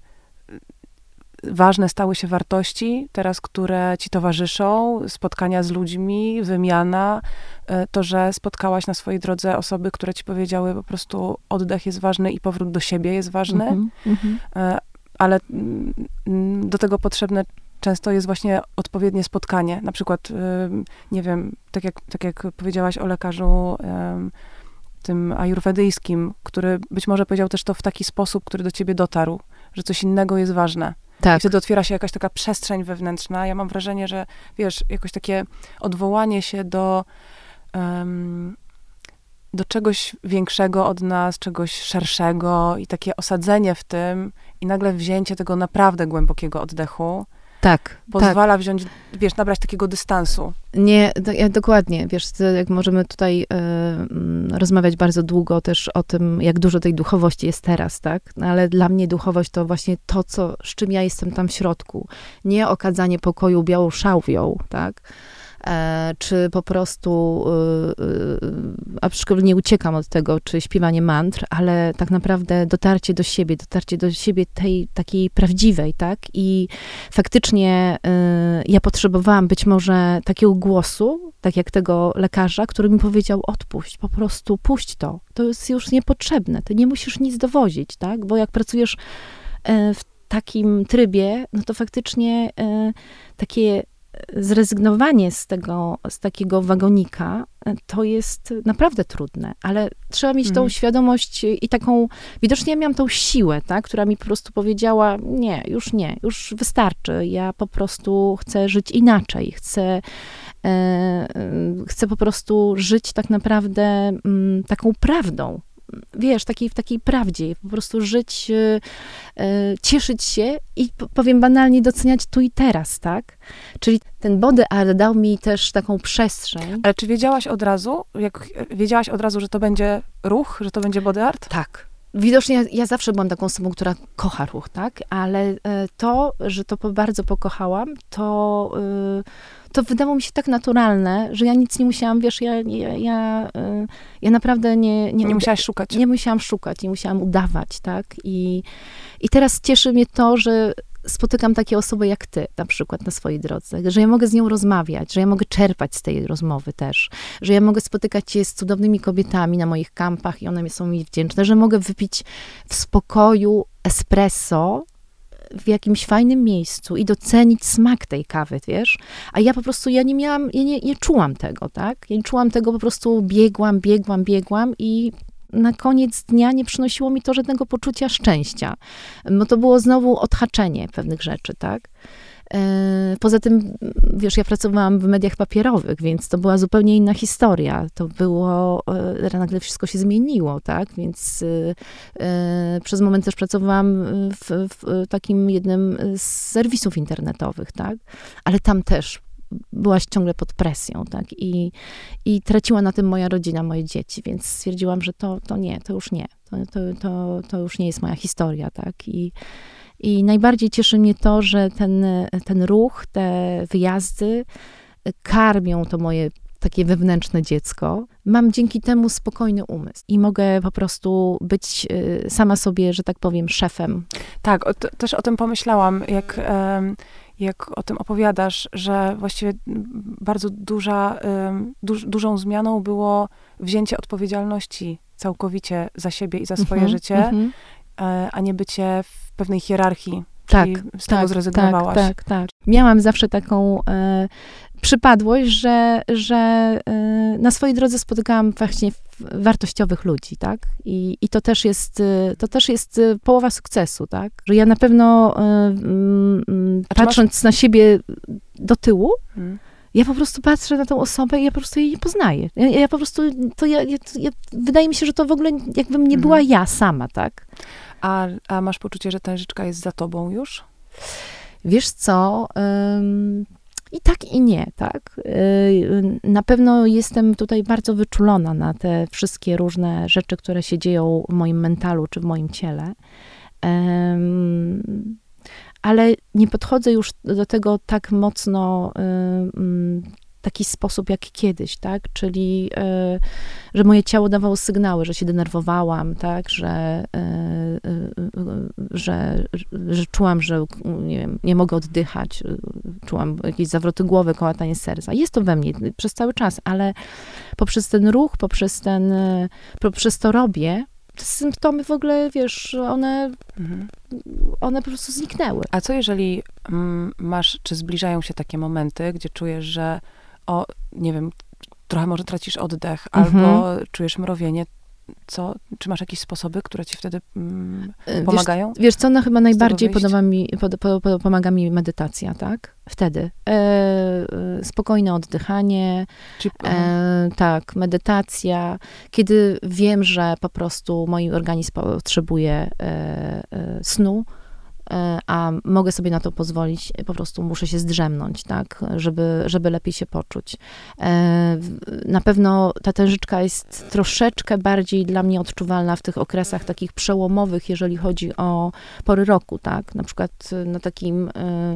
ważne stały się wartości teraz, które ci towarzyszą, spotkania z ludźmi, wymiana, to, że spotkałaś na swojej drodze osoby, które ci powiedziały po prostu oddech jest ważny i powrót do siebie jest ważny, Mhm, mhm. ale do tego potrzebne często jest właśnie odpowiednie spotkanie. Na przykład, nie wiem, tak jak, tak jak powiedziałaś o lekarzu tym ajurwedyjskim, który być może powiedział też to w taki sposób, który do ciebie dotarł, że coś innego jest ważne. Tak. I wtedy otwiera się jakaś taka przestrzeń wewnętrzna. Ja mam wrażenie, że wiesz, jakoś takie odwołanie się do, um, do czegoś większego od nas, czegoś szerszego i takie osadzenie w tym i nagle wzięcie tego naprawdę głębokiego oddechu Tak, pozwala tak. wziąć, wiesz, nabrać takiego dystansu. Nie, do, ja, dokładnie, wiesz, to jak możemy tutaj y, y, rozmawiać bardzo długo też o tym, jak dużo tej duchowości jest teraz, tak? No, ale dla mnie duchowość to właśnie to, co, z czym ja jestem tam w środku. Nie okadzanie pokoju białą szałwią, tak? E, czy po prostu, y, y, a szczególnie uciekam od tego, czy śpiewanie mantr, ale tak naprawdę dotarcie do siebie, dotarcie do siebie tej takiej prawdziwej, tak? I faktycznie y, ja potrzebowałam być może takiego głosu, tak jak tego lekarza, który mi powiedział, odpuść, po prostu puść to. To jest już niepotrzebne, ty nie musisz nic dowozić, tak? Bo jak pracujesz y, w takim trybie, no to faktycznie y, takie zrezygnowanie z tego, z takiego wagonika, to jest naprawdę trudne, ale trzeba mieć Mhm. tą świadomość i taką, widocznie ja miałam tą siłę, tak, która mi po prostu powiedziała, nie, już nie, już wystarczy, ja po prostu chcę żyć inaczej, chcę, e, chcę po prostu żyć tak naprawdę m, taką prawdą, wiesz, takiej, w takiej prawdzie, po prostu żyć, y, y, cieszyć się i powiem banalnie, doceniać tu i teraz, tak? Czyli ten body art dał mi też taką przestrzeń. Ale czy wiedziałaś od razu, jak wiedziałaś od razu, że to będzie ruch, że to będzie body art? Tak, widocznie ja, ja zawsze byłam taką osobą, która kocha ruch, tak? Ale to, że to bardzo pokochałam, to, to wydało mi się tak naturalne, że ja nic nie musiałam, wiesz, ja, ja, ja, ja naprawdę nie... Nie, nie musiałaś szukać. Nie musiałam szukać, nie musiałam udawać, tak? I, i teraz cieszy mnie to, że spotykam takie osoby jak ty, na przykład na swojej drodze, że ja mogę z nią rozmawiać, że ja mogę czerpać z tej rozmowy też, że ja mogę spotykać się z cudownymi kobietami na moich kampach i one są mi wdzięczne, że mogę wypić w spokoju espresso w jakimś fajnym miejscu i docenić smak tej kawy, wiesz? A ja po prostu, ja nie miałam, ja nie, nie czułam tego, tak? Ja nie czułam tego, po prostu biegłam, biegłam, biegłam i na koniec dnia nie przynosiło mi to żadnego poczucia szczęścia. Bo to było znowu odhaczenie pewnych rzeczy, tak? Poza tym, wiesz, ja pracowałam w mediach papierowych, więc to była zupełnie inna historia. To było, nagle wszystko się zmieniło, tak? Więc przez moment też pracowałam w, w takim jednym z serwisów internetowych, tak? Ale tam też byłaś ciągle pod presją, tak? I, i traciła na tym moja rodzina, moje dzieci, więc stwierdziłam, że to, to nie, to już nie. To, to, to, to już nie jest moja historia, tak? I, i najbardziej cieszy mnie to, że ten, ten ruch, te wyjazdy karmią to moje takie wewnętrzne dziecko. Mam dzięki temu spokojny umysł i mogę po prostu być sama sobie, że tak powiem, szefem. Tak, o, to, też o tym pomyślałam, jak... Um, jak o tym opowiadasz, że właściwie bardzo duża, duż, dużą zmianą było wzięcie odpowiedzialności całkowicie za siebie i za swoje mm-hmm, życie, mm-hmm. a nie bycie w pewnej hierarchii. Tak, czyli z tak, tego zrezygnowałaś. Tak, tak, tak. Miałam zawsze taką e, przypadłość, że, że e, na swojej drodze spotykałam właśnie wartościowych ludzi, tak? I, i to też jest, to też jest połowa sukcesu, tak? Że ja na pewno e, patrząc masz... na siebie do tyłu, hmm. ja po prostu patrzę na tą osobę i ja po prostu jej nie poznaję. Ja, ja po prostu, to ja, ja, ja, wydaje mi się, że to w ogóle jakbym nie była hmm. ja sama, tak? A, a masz poczucie, że ta Tężyczka jest za tobą już? Wiesz co, ym, i tak i nie, tak. Yy, na pewno jestem tutaj bardzo wyczulona na te wszystkie różne rzeczy, które się dzieją w moim mentalu czy w moim ciele. Ym, ale nie podchodzę już do tego tak mocno ym, taki sposób jak kiedyś, tak, czyli, y, że moje ciało dawało sygnały, że się denerwowałam, tak, że, y, y, że, że czułam, że nie wiem, nie mogę oddychać, czułam jakieś zawroty głowy, kołatanie serca. Jest to we mnie przez cały czas, ale poprzez ten ruch, poprzez ten, poprzez to robię, te symptomy w ogóle, wiesz, one, mhm. one po prostu zniknęły. A co jeżeli mm, masz, czy zbliżają się takie momenty, gdzie czujesz, że o, nie wiem, trochę może tracisz oddech, mhm. albo czujesz mrowienie, co, czy masz jakieś sposoby, które ci wtedy mm, pomagają? Wiesz, wiesz co, no chyba najbardziej podoba mi, pod, po, po, pomaga mi medytacja, tak? Wtedy. E, spokojne oddychanie, Czyli, e, tak, medytacja, kiedy wiem, że po prostu mój organizm potrzebuje e, e, snu, a mogę sobie na to pozwolić, po prostu muszę się zdrzemnąć, tak, żeby, żeby lepiej się poczuć. Na pewno ta tężyczka jest troszeczkę bardziej dla mnie odczuwalna w tych okresach takich przełomowych, jeżeli chodzi o pory roku, tak, na przykład na takim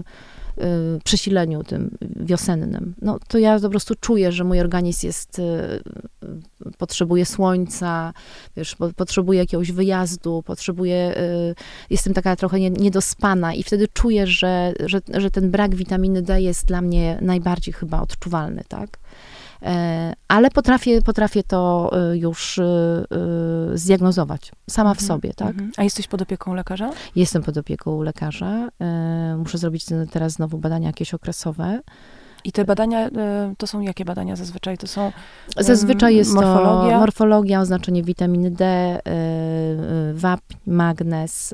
przesileniu tym wiosennym. No to ja po prostu czuję, że mój organizm jest, potrzebuje słońca, wiesz, potrzebuje jakiegoś wyjazdu, potrzebuje, jestem taka trochę niedospana i wtedy czuję, że, że, że ten brak witaminy D jest dla mnie najbardziej chyba odczuwalny, tak? Ale potrafię, potrafię to już zdiagnozować sama w sobie, tak? A jesteś pod opieką lekarza? Jestem pod opieką lekarza. Muszę zrobić teraz znowu badania jakieś okresowe. I te badania, to są jakie badania zazwyczaj? To są Zazwyczaj jest morfologia? to morfologia, oznaczenie witaminy D, wapń, magnez.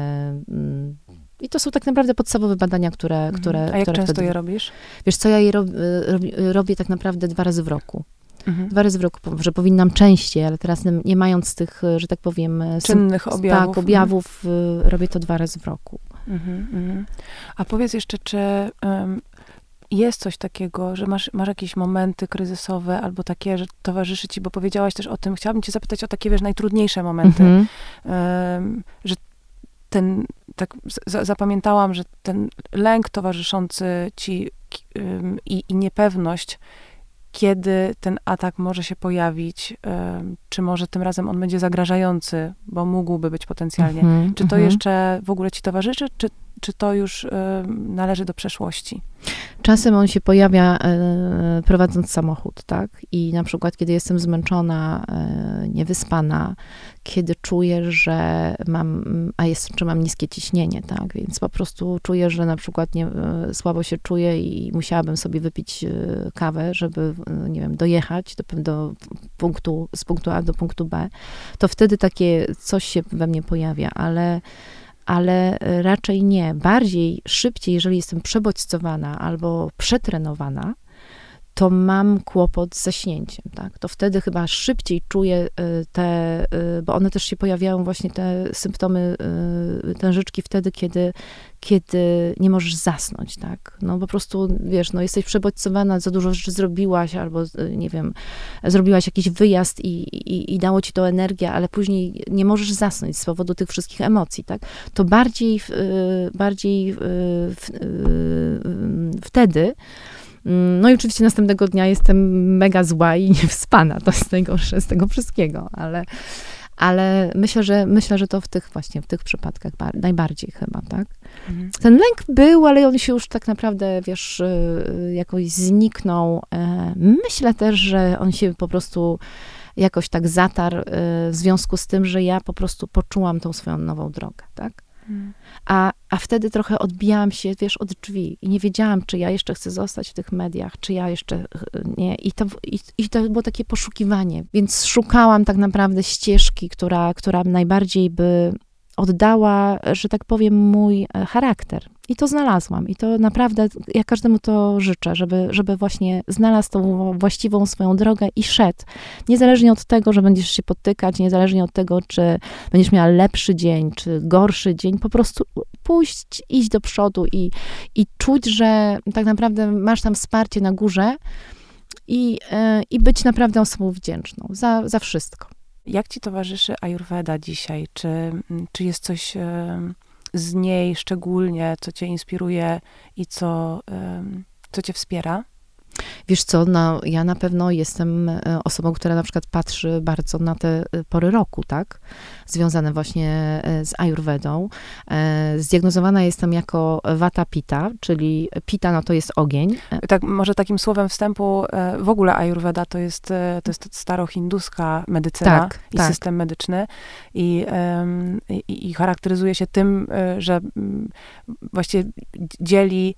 I to są tak naprawdę podstawowe badania, które... które A jak które często wtedy... je robisz? Wiesz co, ja je rob, rob, robię tak naprawdę dwa razy w roku. Mhm. Dwa razy w roku, że powinnam częściej, ale teraz nie mając tych, że tak powiem... Czynnych objawów. Tak, objawów, mhm. robię to dwa razy w roku. Mhm, mhm. A powiedz jeszcze, czy... Um, jest coś takiego, że masz, masz jakieś momenty kryzysowe albo takie, że towarzyszy ci, bo powiedziałaś też o tym, chciałabym cię zapytać o takie, wiesz, najtrudniejsze momenty, Mhm. um, że ten, tak z, zapamiętałam, że ten lęk towarzyszący ci um, i, i niepewność, kiedy ten atak może się pojawić, um, czy może tym razem on będzie zagrażający, bo mógłby być potencjalnie. Mhm, Czy to mhm. jeszcze w ogóle ci towarzyszy, czy, czy to już um, należy do przeszłości? Czasem on się pojawia e, prowadząc samochód, tak? I na przykład, kiedy jestem zmęczona, e, niewyspana, kiedy czuję, że mam, a jeszcze mam niskie ciśnienie, tak? Więc po prostu czuję, że na przykład nie, e, słabo się czuję i musiałabym sobie wypić e, kawę, żeby, e, nie wiem, dojechać do, do punktu, z punktu A do punktu B, to wtedy takie coś się we mnie pojawia, ale ale raczej nie. Bardziej, szybciej, jeżeli jestem przebodźcowana albo przetrenowana, to mam kłopot z zaśnięciem, tak? To wtedy chyba szybciej czuję te, bo one też się pojawiają właśnie te symptomy tężyczki wtedy, kiedy, kiedy nie możesz zasnąć, tak? No po prostu, wiesz, no jesteś przebodźcowana, za dużo rzeczy zrobiłaś, albo, nie wiem, zrobiłaś jakiś wyjazd i, i, i dało ci to energię, ale później nie możesz zasnąć z powodu tych wszystkich emocji, tak? To bardziej, bardziej wtedy. No i oczywiście następnego dnia jestem mega zła i niewyspana. To jest najgorsze z tego wszystkiego, ale, ale myślę, że myślę, że to w tych właśnie, w tych przypadkach bar- najbardziej chyba, tak? Mhm. Ten lęk był, ale on się już tak naprawdę, wiesz, jakoś zniknął. Myślę też, że on się po prostu jakoś tak zatarł w związku z tym, że ja po prostu poczułam tą swoją nową drogę, tak? A, a wtedy trochę odbijałam się, wiesz, od drzwi i nie wiedziałam, czy ja jeszcze chcę zostać w tych mediach, czy ja jeszcze nie. I to, i, i to było takie poszukiwanie. Więc szukałam tak naprawdę ścieżki, która, która najbardziej by oddała, że tak powiem, mój charakter. I to znalazłam. I to naprawdę, ja każdemu to życzę, żeby, żeby właśnie znalazł tą właściwą swoją drogę i szedł. Niezależnie od tego, że będziesz się potykać, niezależnie od tego, czy będziesz miała lepszy dzień, czy gorszy dzień, po prostu pójść, iść do przodu i, i czuć, że tak naprawdę masz tam wsparcie na górze i, yy, i być naprawdę osobą wdzięczną za, za wszystko. Jak ci towarzyszy Ayurveda dzisiaj? Czy, czy jest coś z niej szczególnie, co cię inspiruje i co, co cię wspiera? Wiesz co, no, ja na pewno jestem osobą, która na przykład patrzy bardzo na te pory roku, tak? Związane właśnie z Ayurvedą. Zdiagnozowana jestem jako Vata Pitta, czyli Pitta, no to jest ogień. Tak, może takim słowem wstępu, w ogóle Ayurveda to jest, to jest starohinduska medycyna tak, i tak. system medyczny i, i, i charakteryzuje się tym, że właściwie dzieli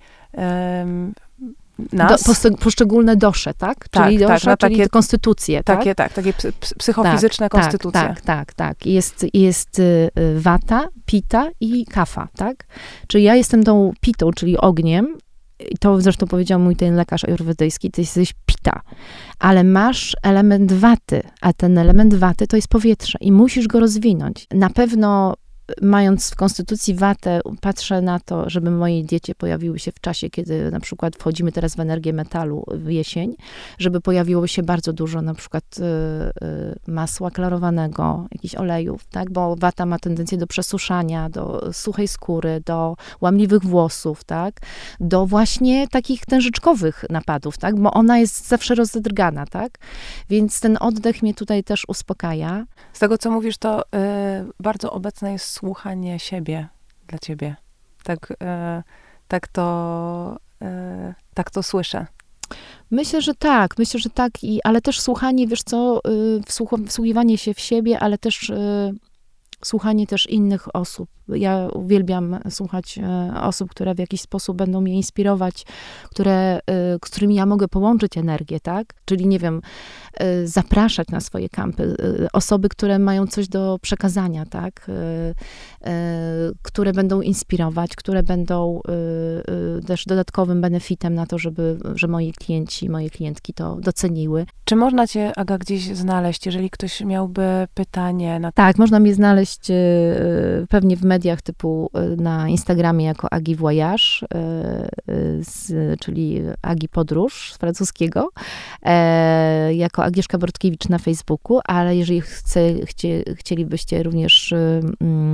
nas. Do, poszczególne dosze, tak? tak czyli dosza, tak, no, czyli takie, konstytucje, tak? Takie, tak, takie psychofizyczne tak, konstytucje. Tak, tak, tak, tak. Jest, jest Vata, Pitta i Kapha, tak? Czyli ja jestem tą Pittą, czyli ogniem, i to zresztą powiedział mój ten lekarz ajurwedyjski, ty jesteś Pitta, ale masz element waty, a ten element waty to jest powietrze i musisz go rozwinąć. Na pewno mając w konstytucji watę, patrzę na to, żeby w mojej diecie pojawiły się w czasie, kiedy na przykład wchodzimy teraz w energię metalu w jesień, żeby pojawiło się bardzo dużo na przykład y, y, masła klarowanego, jakichś olejów, tak? Bo wata ma tendencję do przesuszania, do suchej skóry, do łamliwych włosów, tak? Do właśnie takich tężyczkowych napadów, tak? Bo ona jest zawsze rozdrgana, tak? Więc ten oddech mnie tutaj też uspokaja. Z tego, co mówisz, to y, bardzo obecne jest słuchanie siebie dla ciebie. Tak, e, tak, to, e, tak to słyszę. Myślę, że tak, myślę, że tak, i, ale też słuchanie, wiesz co, y, wsłuch- wsłuchiwanie się w siebie, ale też y, słuchanie też innych osób. Ja uwielbiam słuchać e, osób, które w jakiś sposób będą mnie inspirować, które, e, z którymi ja mogę połączyć energię, tak? Czyli, nie wiem, e, zapraszać na swoje kampy e, osoby, które mają coś do przekazania, tak? E, e, które będą inspirować, które będą e, e, też dodatkowym benefitem na to, żeby, że moi klienci, moje klientki to doceniły. Czy można cię, Aga, gdzieś znaleźć, jeżeli ktoś miałby pytanie? Na... Tak, można mnie znaleźć znaleźć y, pewnie w mediach typu y, na Instagramie jako Agi Voyage, y, y, z, czyli Agi Podróż z francuskiego, e, jako Agnieszka Bortkiewicz na Facebooku, ale jeżeli chce, chcie, chcielibyście również y,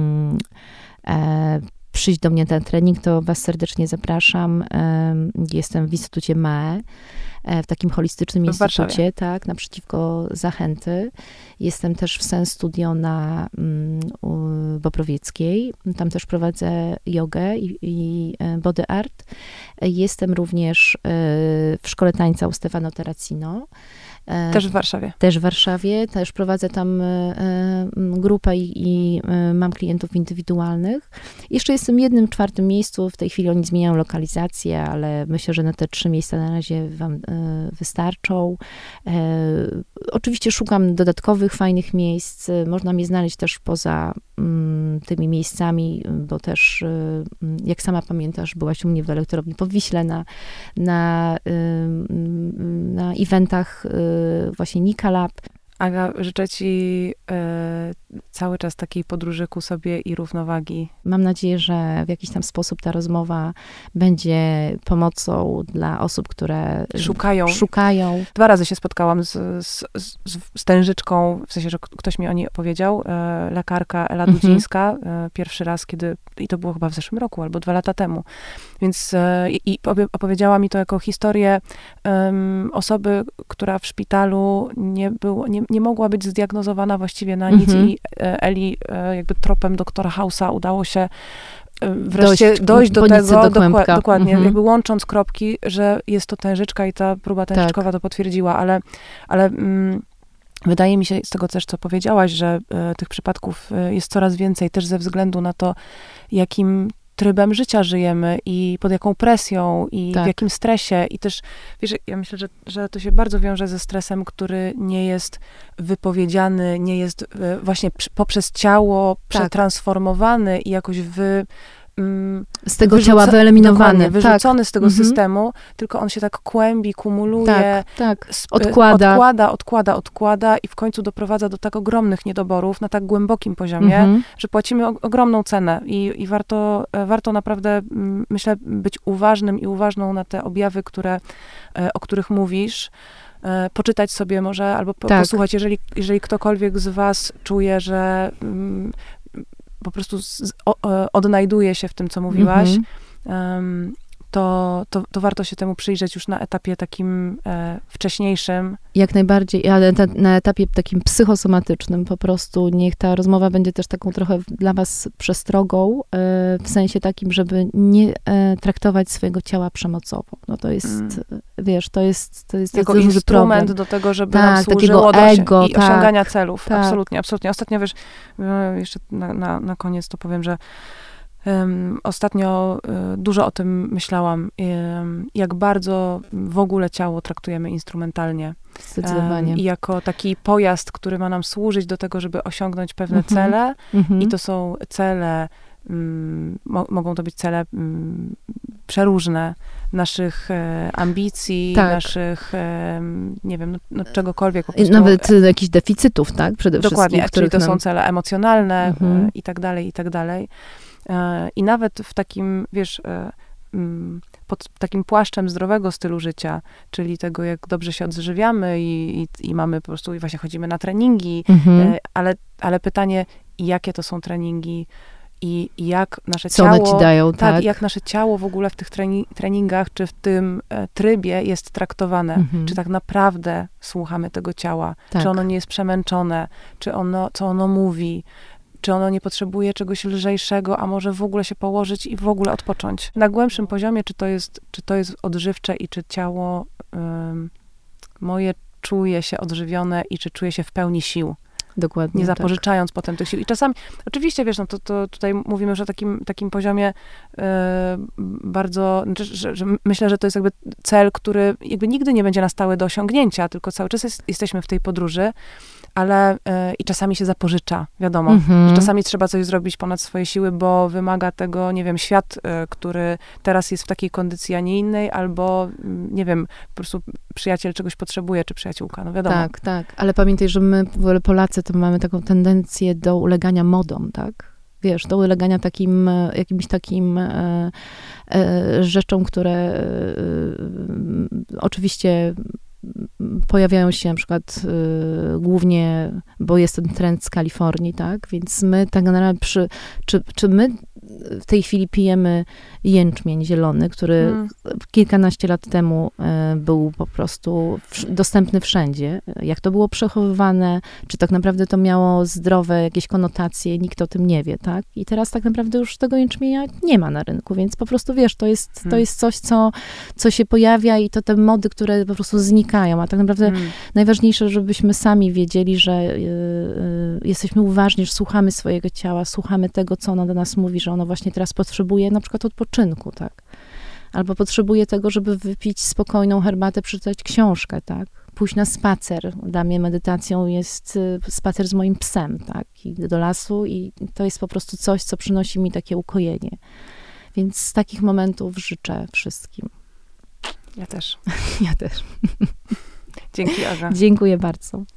y, przyjść do mnie na ten trening, to was serdecznie zapraszam. Jestem w Instytucie M A E, w takim holistycznym w instytucie, Warszawie. tak, naprzeciwko Zachęty. Jestem też w Sen Studio na um, Bobrowieckiej. Tam też prowadzę jogę i, i body art. Jestem również w Szkole Tańca u Stefano Terracino. Też w Warszawie. Też w Warszawie. Też prowadzę tam grupę i, i mam klientów indywidualnych. Jeszcze jestem w jednym czwartym miejscu. W tej chwili oni zmieniają lokalizację, ale myślę, że na te trzy miejsca na razie wam wystarczą. Oczywiście szukam dodatkowych, fajnych miejsc. Można mnie znaleźć też poza tymi miejscami, bo też, jak sama pamiętasz, byłaś u mnie w elektrowni Powiśle na, na, na eventach właśnie Nika Lab. Aga, życzę ci e, cały czas takiej podróży ku sobie i równowagi. Mam nadzieję, że w jakiś tam sposób ta rozmowa będzie pomocą dla osób, które szukają. szukają. Dwa razy się spotkałam z, z, z, z tężyczką, w sensie, że ktoś mi o niej opowiedział, e, lekarka Ela Mhm. Dudzińska, e, pierwszy raz, kiedy, i to było chyba w zeszłym roku, albo dwa lata temu, więc e, i opowiedziała mi to jako historię um, osoby, która w szpitalu nie było, nie, nie mogła być zdiagnozowana właściwie na nic Mhm. i e, Eli e, jakby tropem doktora House'a udało się e, wreszcie dojść, dojść do po nicy tego, do dokła- kłębka. dokładnie, Mhm. jakby łącząc kropki, że jest to tężyczka i ta próba tężyczkowa to potwierdziła, ale, ale mm, wydaje mi się z tego też, co powiedziałaś, że e, tych przypadków e, jest coraz więcej też ze względu na to, jakim trybem życia żyjemy i pod jaką presją i Tak. w jakim stresie. I też, wiesz, ja myślę, że, że to się bardzo wiąże ze stresem, który nie jest wypowiedziany, nie jest e, właśnie przy, poprzez ciało Tak. przetransformowany i jakoś wy... Mm, Z tego wyrzuca- ciała wyeliminowany. dokładnie, wyrzucony z tego Mhm. systemu, tylko on się tak kłębi, kumuluje, Tak, tak. sp- Odkłada. odkłada, odkłada, odkłada i w końcu doprowadza do tak ogromnych niedoborów na tak głębokim poziomie, Mhm. że płacimy o- ogromną cenę i, i warto, e, warto naprawdę, mm, myślę, być uważnym i uważną na te objawy, które, e, o których mówisz. E, Poczytać sobie może, albo po, Tak. posłuchać, jeżeli, jeżeli ktokolwiek z was czuje, że mm, po prostu z, o, o, odnajduje się w tym, co mówiłaś, Mhm. em, to, to, to warto się temu przyjrzeć już na etapie takim e, wcześniejszym. Jak najbardziej, ale na, na etapie takim psychosomatycznym po prostu niech ta rozmowa będzie też taką trochę dla was przestrogą, e, w sensie takim, żeby nie e, traktować swojego ciała przemocowo. No to jest, Mm. e, wiesz, to jest, to jest Jako duży instrument problem. do tego, żeby Tak, nam takiego służyło do osi- ego, i tak, osiągania celów. tak. Absolutnie, absolutnie. Ostatnio, wiesz, e, jeszcze na, na, na koniec to powiem, że em, ostatnio e, dużo o tym myślałam, em, jak bardzo w ogóle ciało traktujemy instrumentalnie. Zdecydowanie. Em, I jako taki pojazd, który ma nam służyć do tego, żeby osiągnąć pewne Mhm. cele. Mhm. I to są cele, mm, mo, mogą to być cele mm, przeróżne naszych e, ambicji, Tak. naszych, e, nie wiem, no, no, czegokolwiek po I prostu. nawet e, jakichś deficytów, tak? Przede Dokładnie, wszystkim. czyli to których są nam- cele emocjonalne Mhm. e, i tak dalej, i tak dalej. E, I nawet w takim, wiesz, e, mm, pod takim płaszczem zdrowego stylu życia, czyli tego, jak dobrze się odżywiamy i, i, i mamy po prostu, i właśnie chodzimy na treningi, Mhm. e, ale, ale pytanie, jakie to są treningi i, i jak nasze Co ciało... one ci dają, Tak, tak? i jak nasze ciało w ogóle w tych treni- treningach, czy w tym e, trybie jest traktowane. Mhm. Czy tak naprawdę słuchamy tego ciała? Tak. Czy ono nie jest przemęczone? Czy ono, co ono mówi? Czy ono nie potrzebuje czegoś lżejszego, a może w ogóle się położyć i w ogóle odpocząć? Na głębszym poziomie, czy to jest, czy to jest odżywcze i czy ciało ym, moje czuje się odżywione i czy czuje się w pełni sił? Dokładnie. Nie tak. zapożyczając potem tych sił. I czasami, oczywiście, wiesz, no to, to tutaj mówimy już o takim, takim poziomie e, bardzo, znaczy, że, że myślę, że to jest jakby cel, który jakby nigdy nie będzie na stałe do osiągnięcia, tylko cały czas jest, jesteśmy w tej podróży, ale y, i czasami się zapożycza, wiadomo. Mhm. Że czasami trzeba coś zrobić ponad swoje siły, bo wymaga tego, nie wiem, świat, y, który teraz jest w takiej kondycji, a nie innej, albo, y, nie wiem, po prostu przyjaciel czegoś potrzebuje, czy przyjaciółka, no wiadomo. Tak, tak. Ale pamiętaj, że my, w ogóle Polacy, to mamy taką tendencję do ulegania modom, tak? Wiesz, do ulegania takim, jakimś takim e, e, rzeczom, które e, oczywiście pojawiają się na przykład y, głównie, bo jest ten trend z Kalifornii, tak? Więc my tak naprawdę przy, czy, czy my w tej chwili pijemy jęczmień zielony, który hmm. kilkanaście lat temu y, był po prostu w, dostępny wszędzie. Jak to było przechowywane, czy tak naprawdę to miało zdrowe jakieś konotacje, nikt o tym nie wie, tak? I teraz tak naprawdę już tego jęczmienia nie ma na rynku, więc po prostu wiesz, to jest, hmm. to jest coś, co, co się pojawia i to te mody, które po prostu znikają, a tak naprawdę hmm. najważniejsze, żebyśmy sami wiedzieli, że y, y, jesteśmy uważni, że słuchamy swojego ciała, słuchamy tego, co ono do nas mówi, że ono właśnie teraz potrzebuje na przykład odpoczynku, tak? Albo potrzebuje tego, żeby wypić spokojną herbatę, przeczytać książkę, tak? Pójść na spacer. Dla mnie medytacją jest spacer z moim psem, tak? I do lasu i to jest po prostu coś, co przynosi mi takie ukojenie. Więc z takich momentów życzę wszystkim. Ja też. Ja też. Dzięki, Aga. Dziękuję bardzo.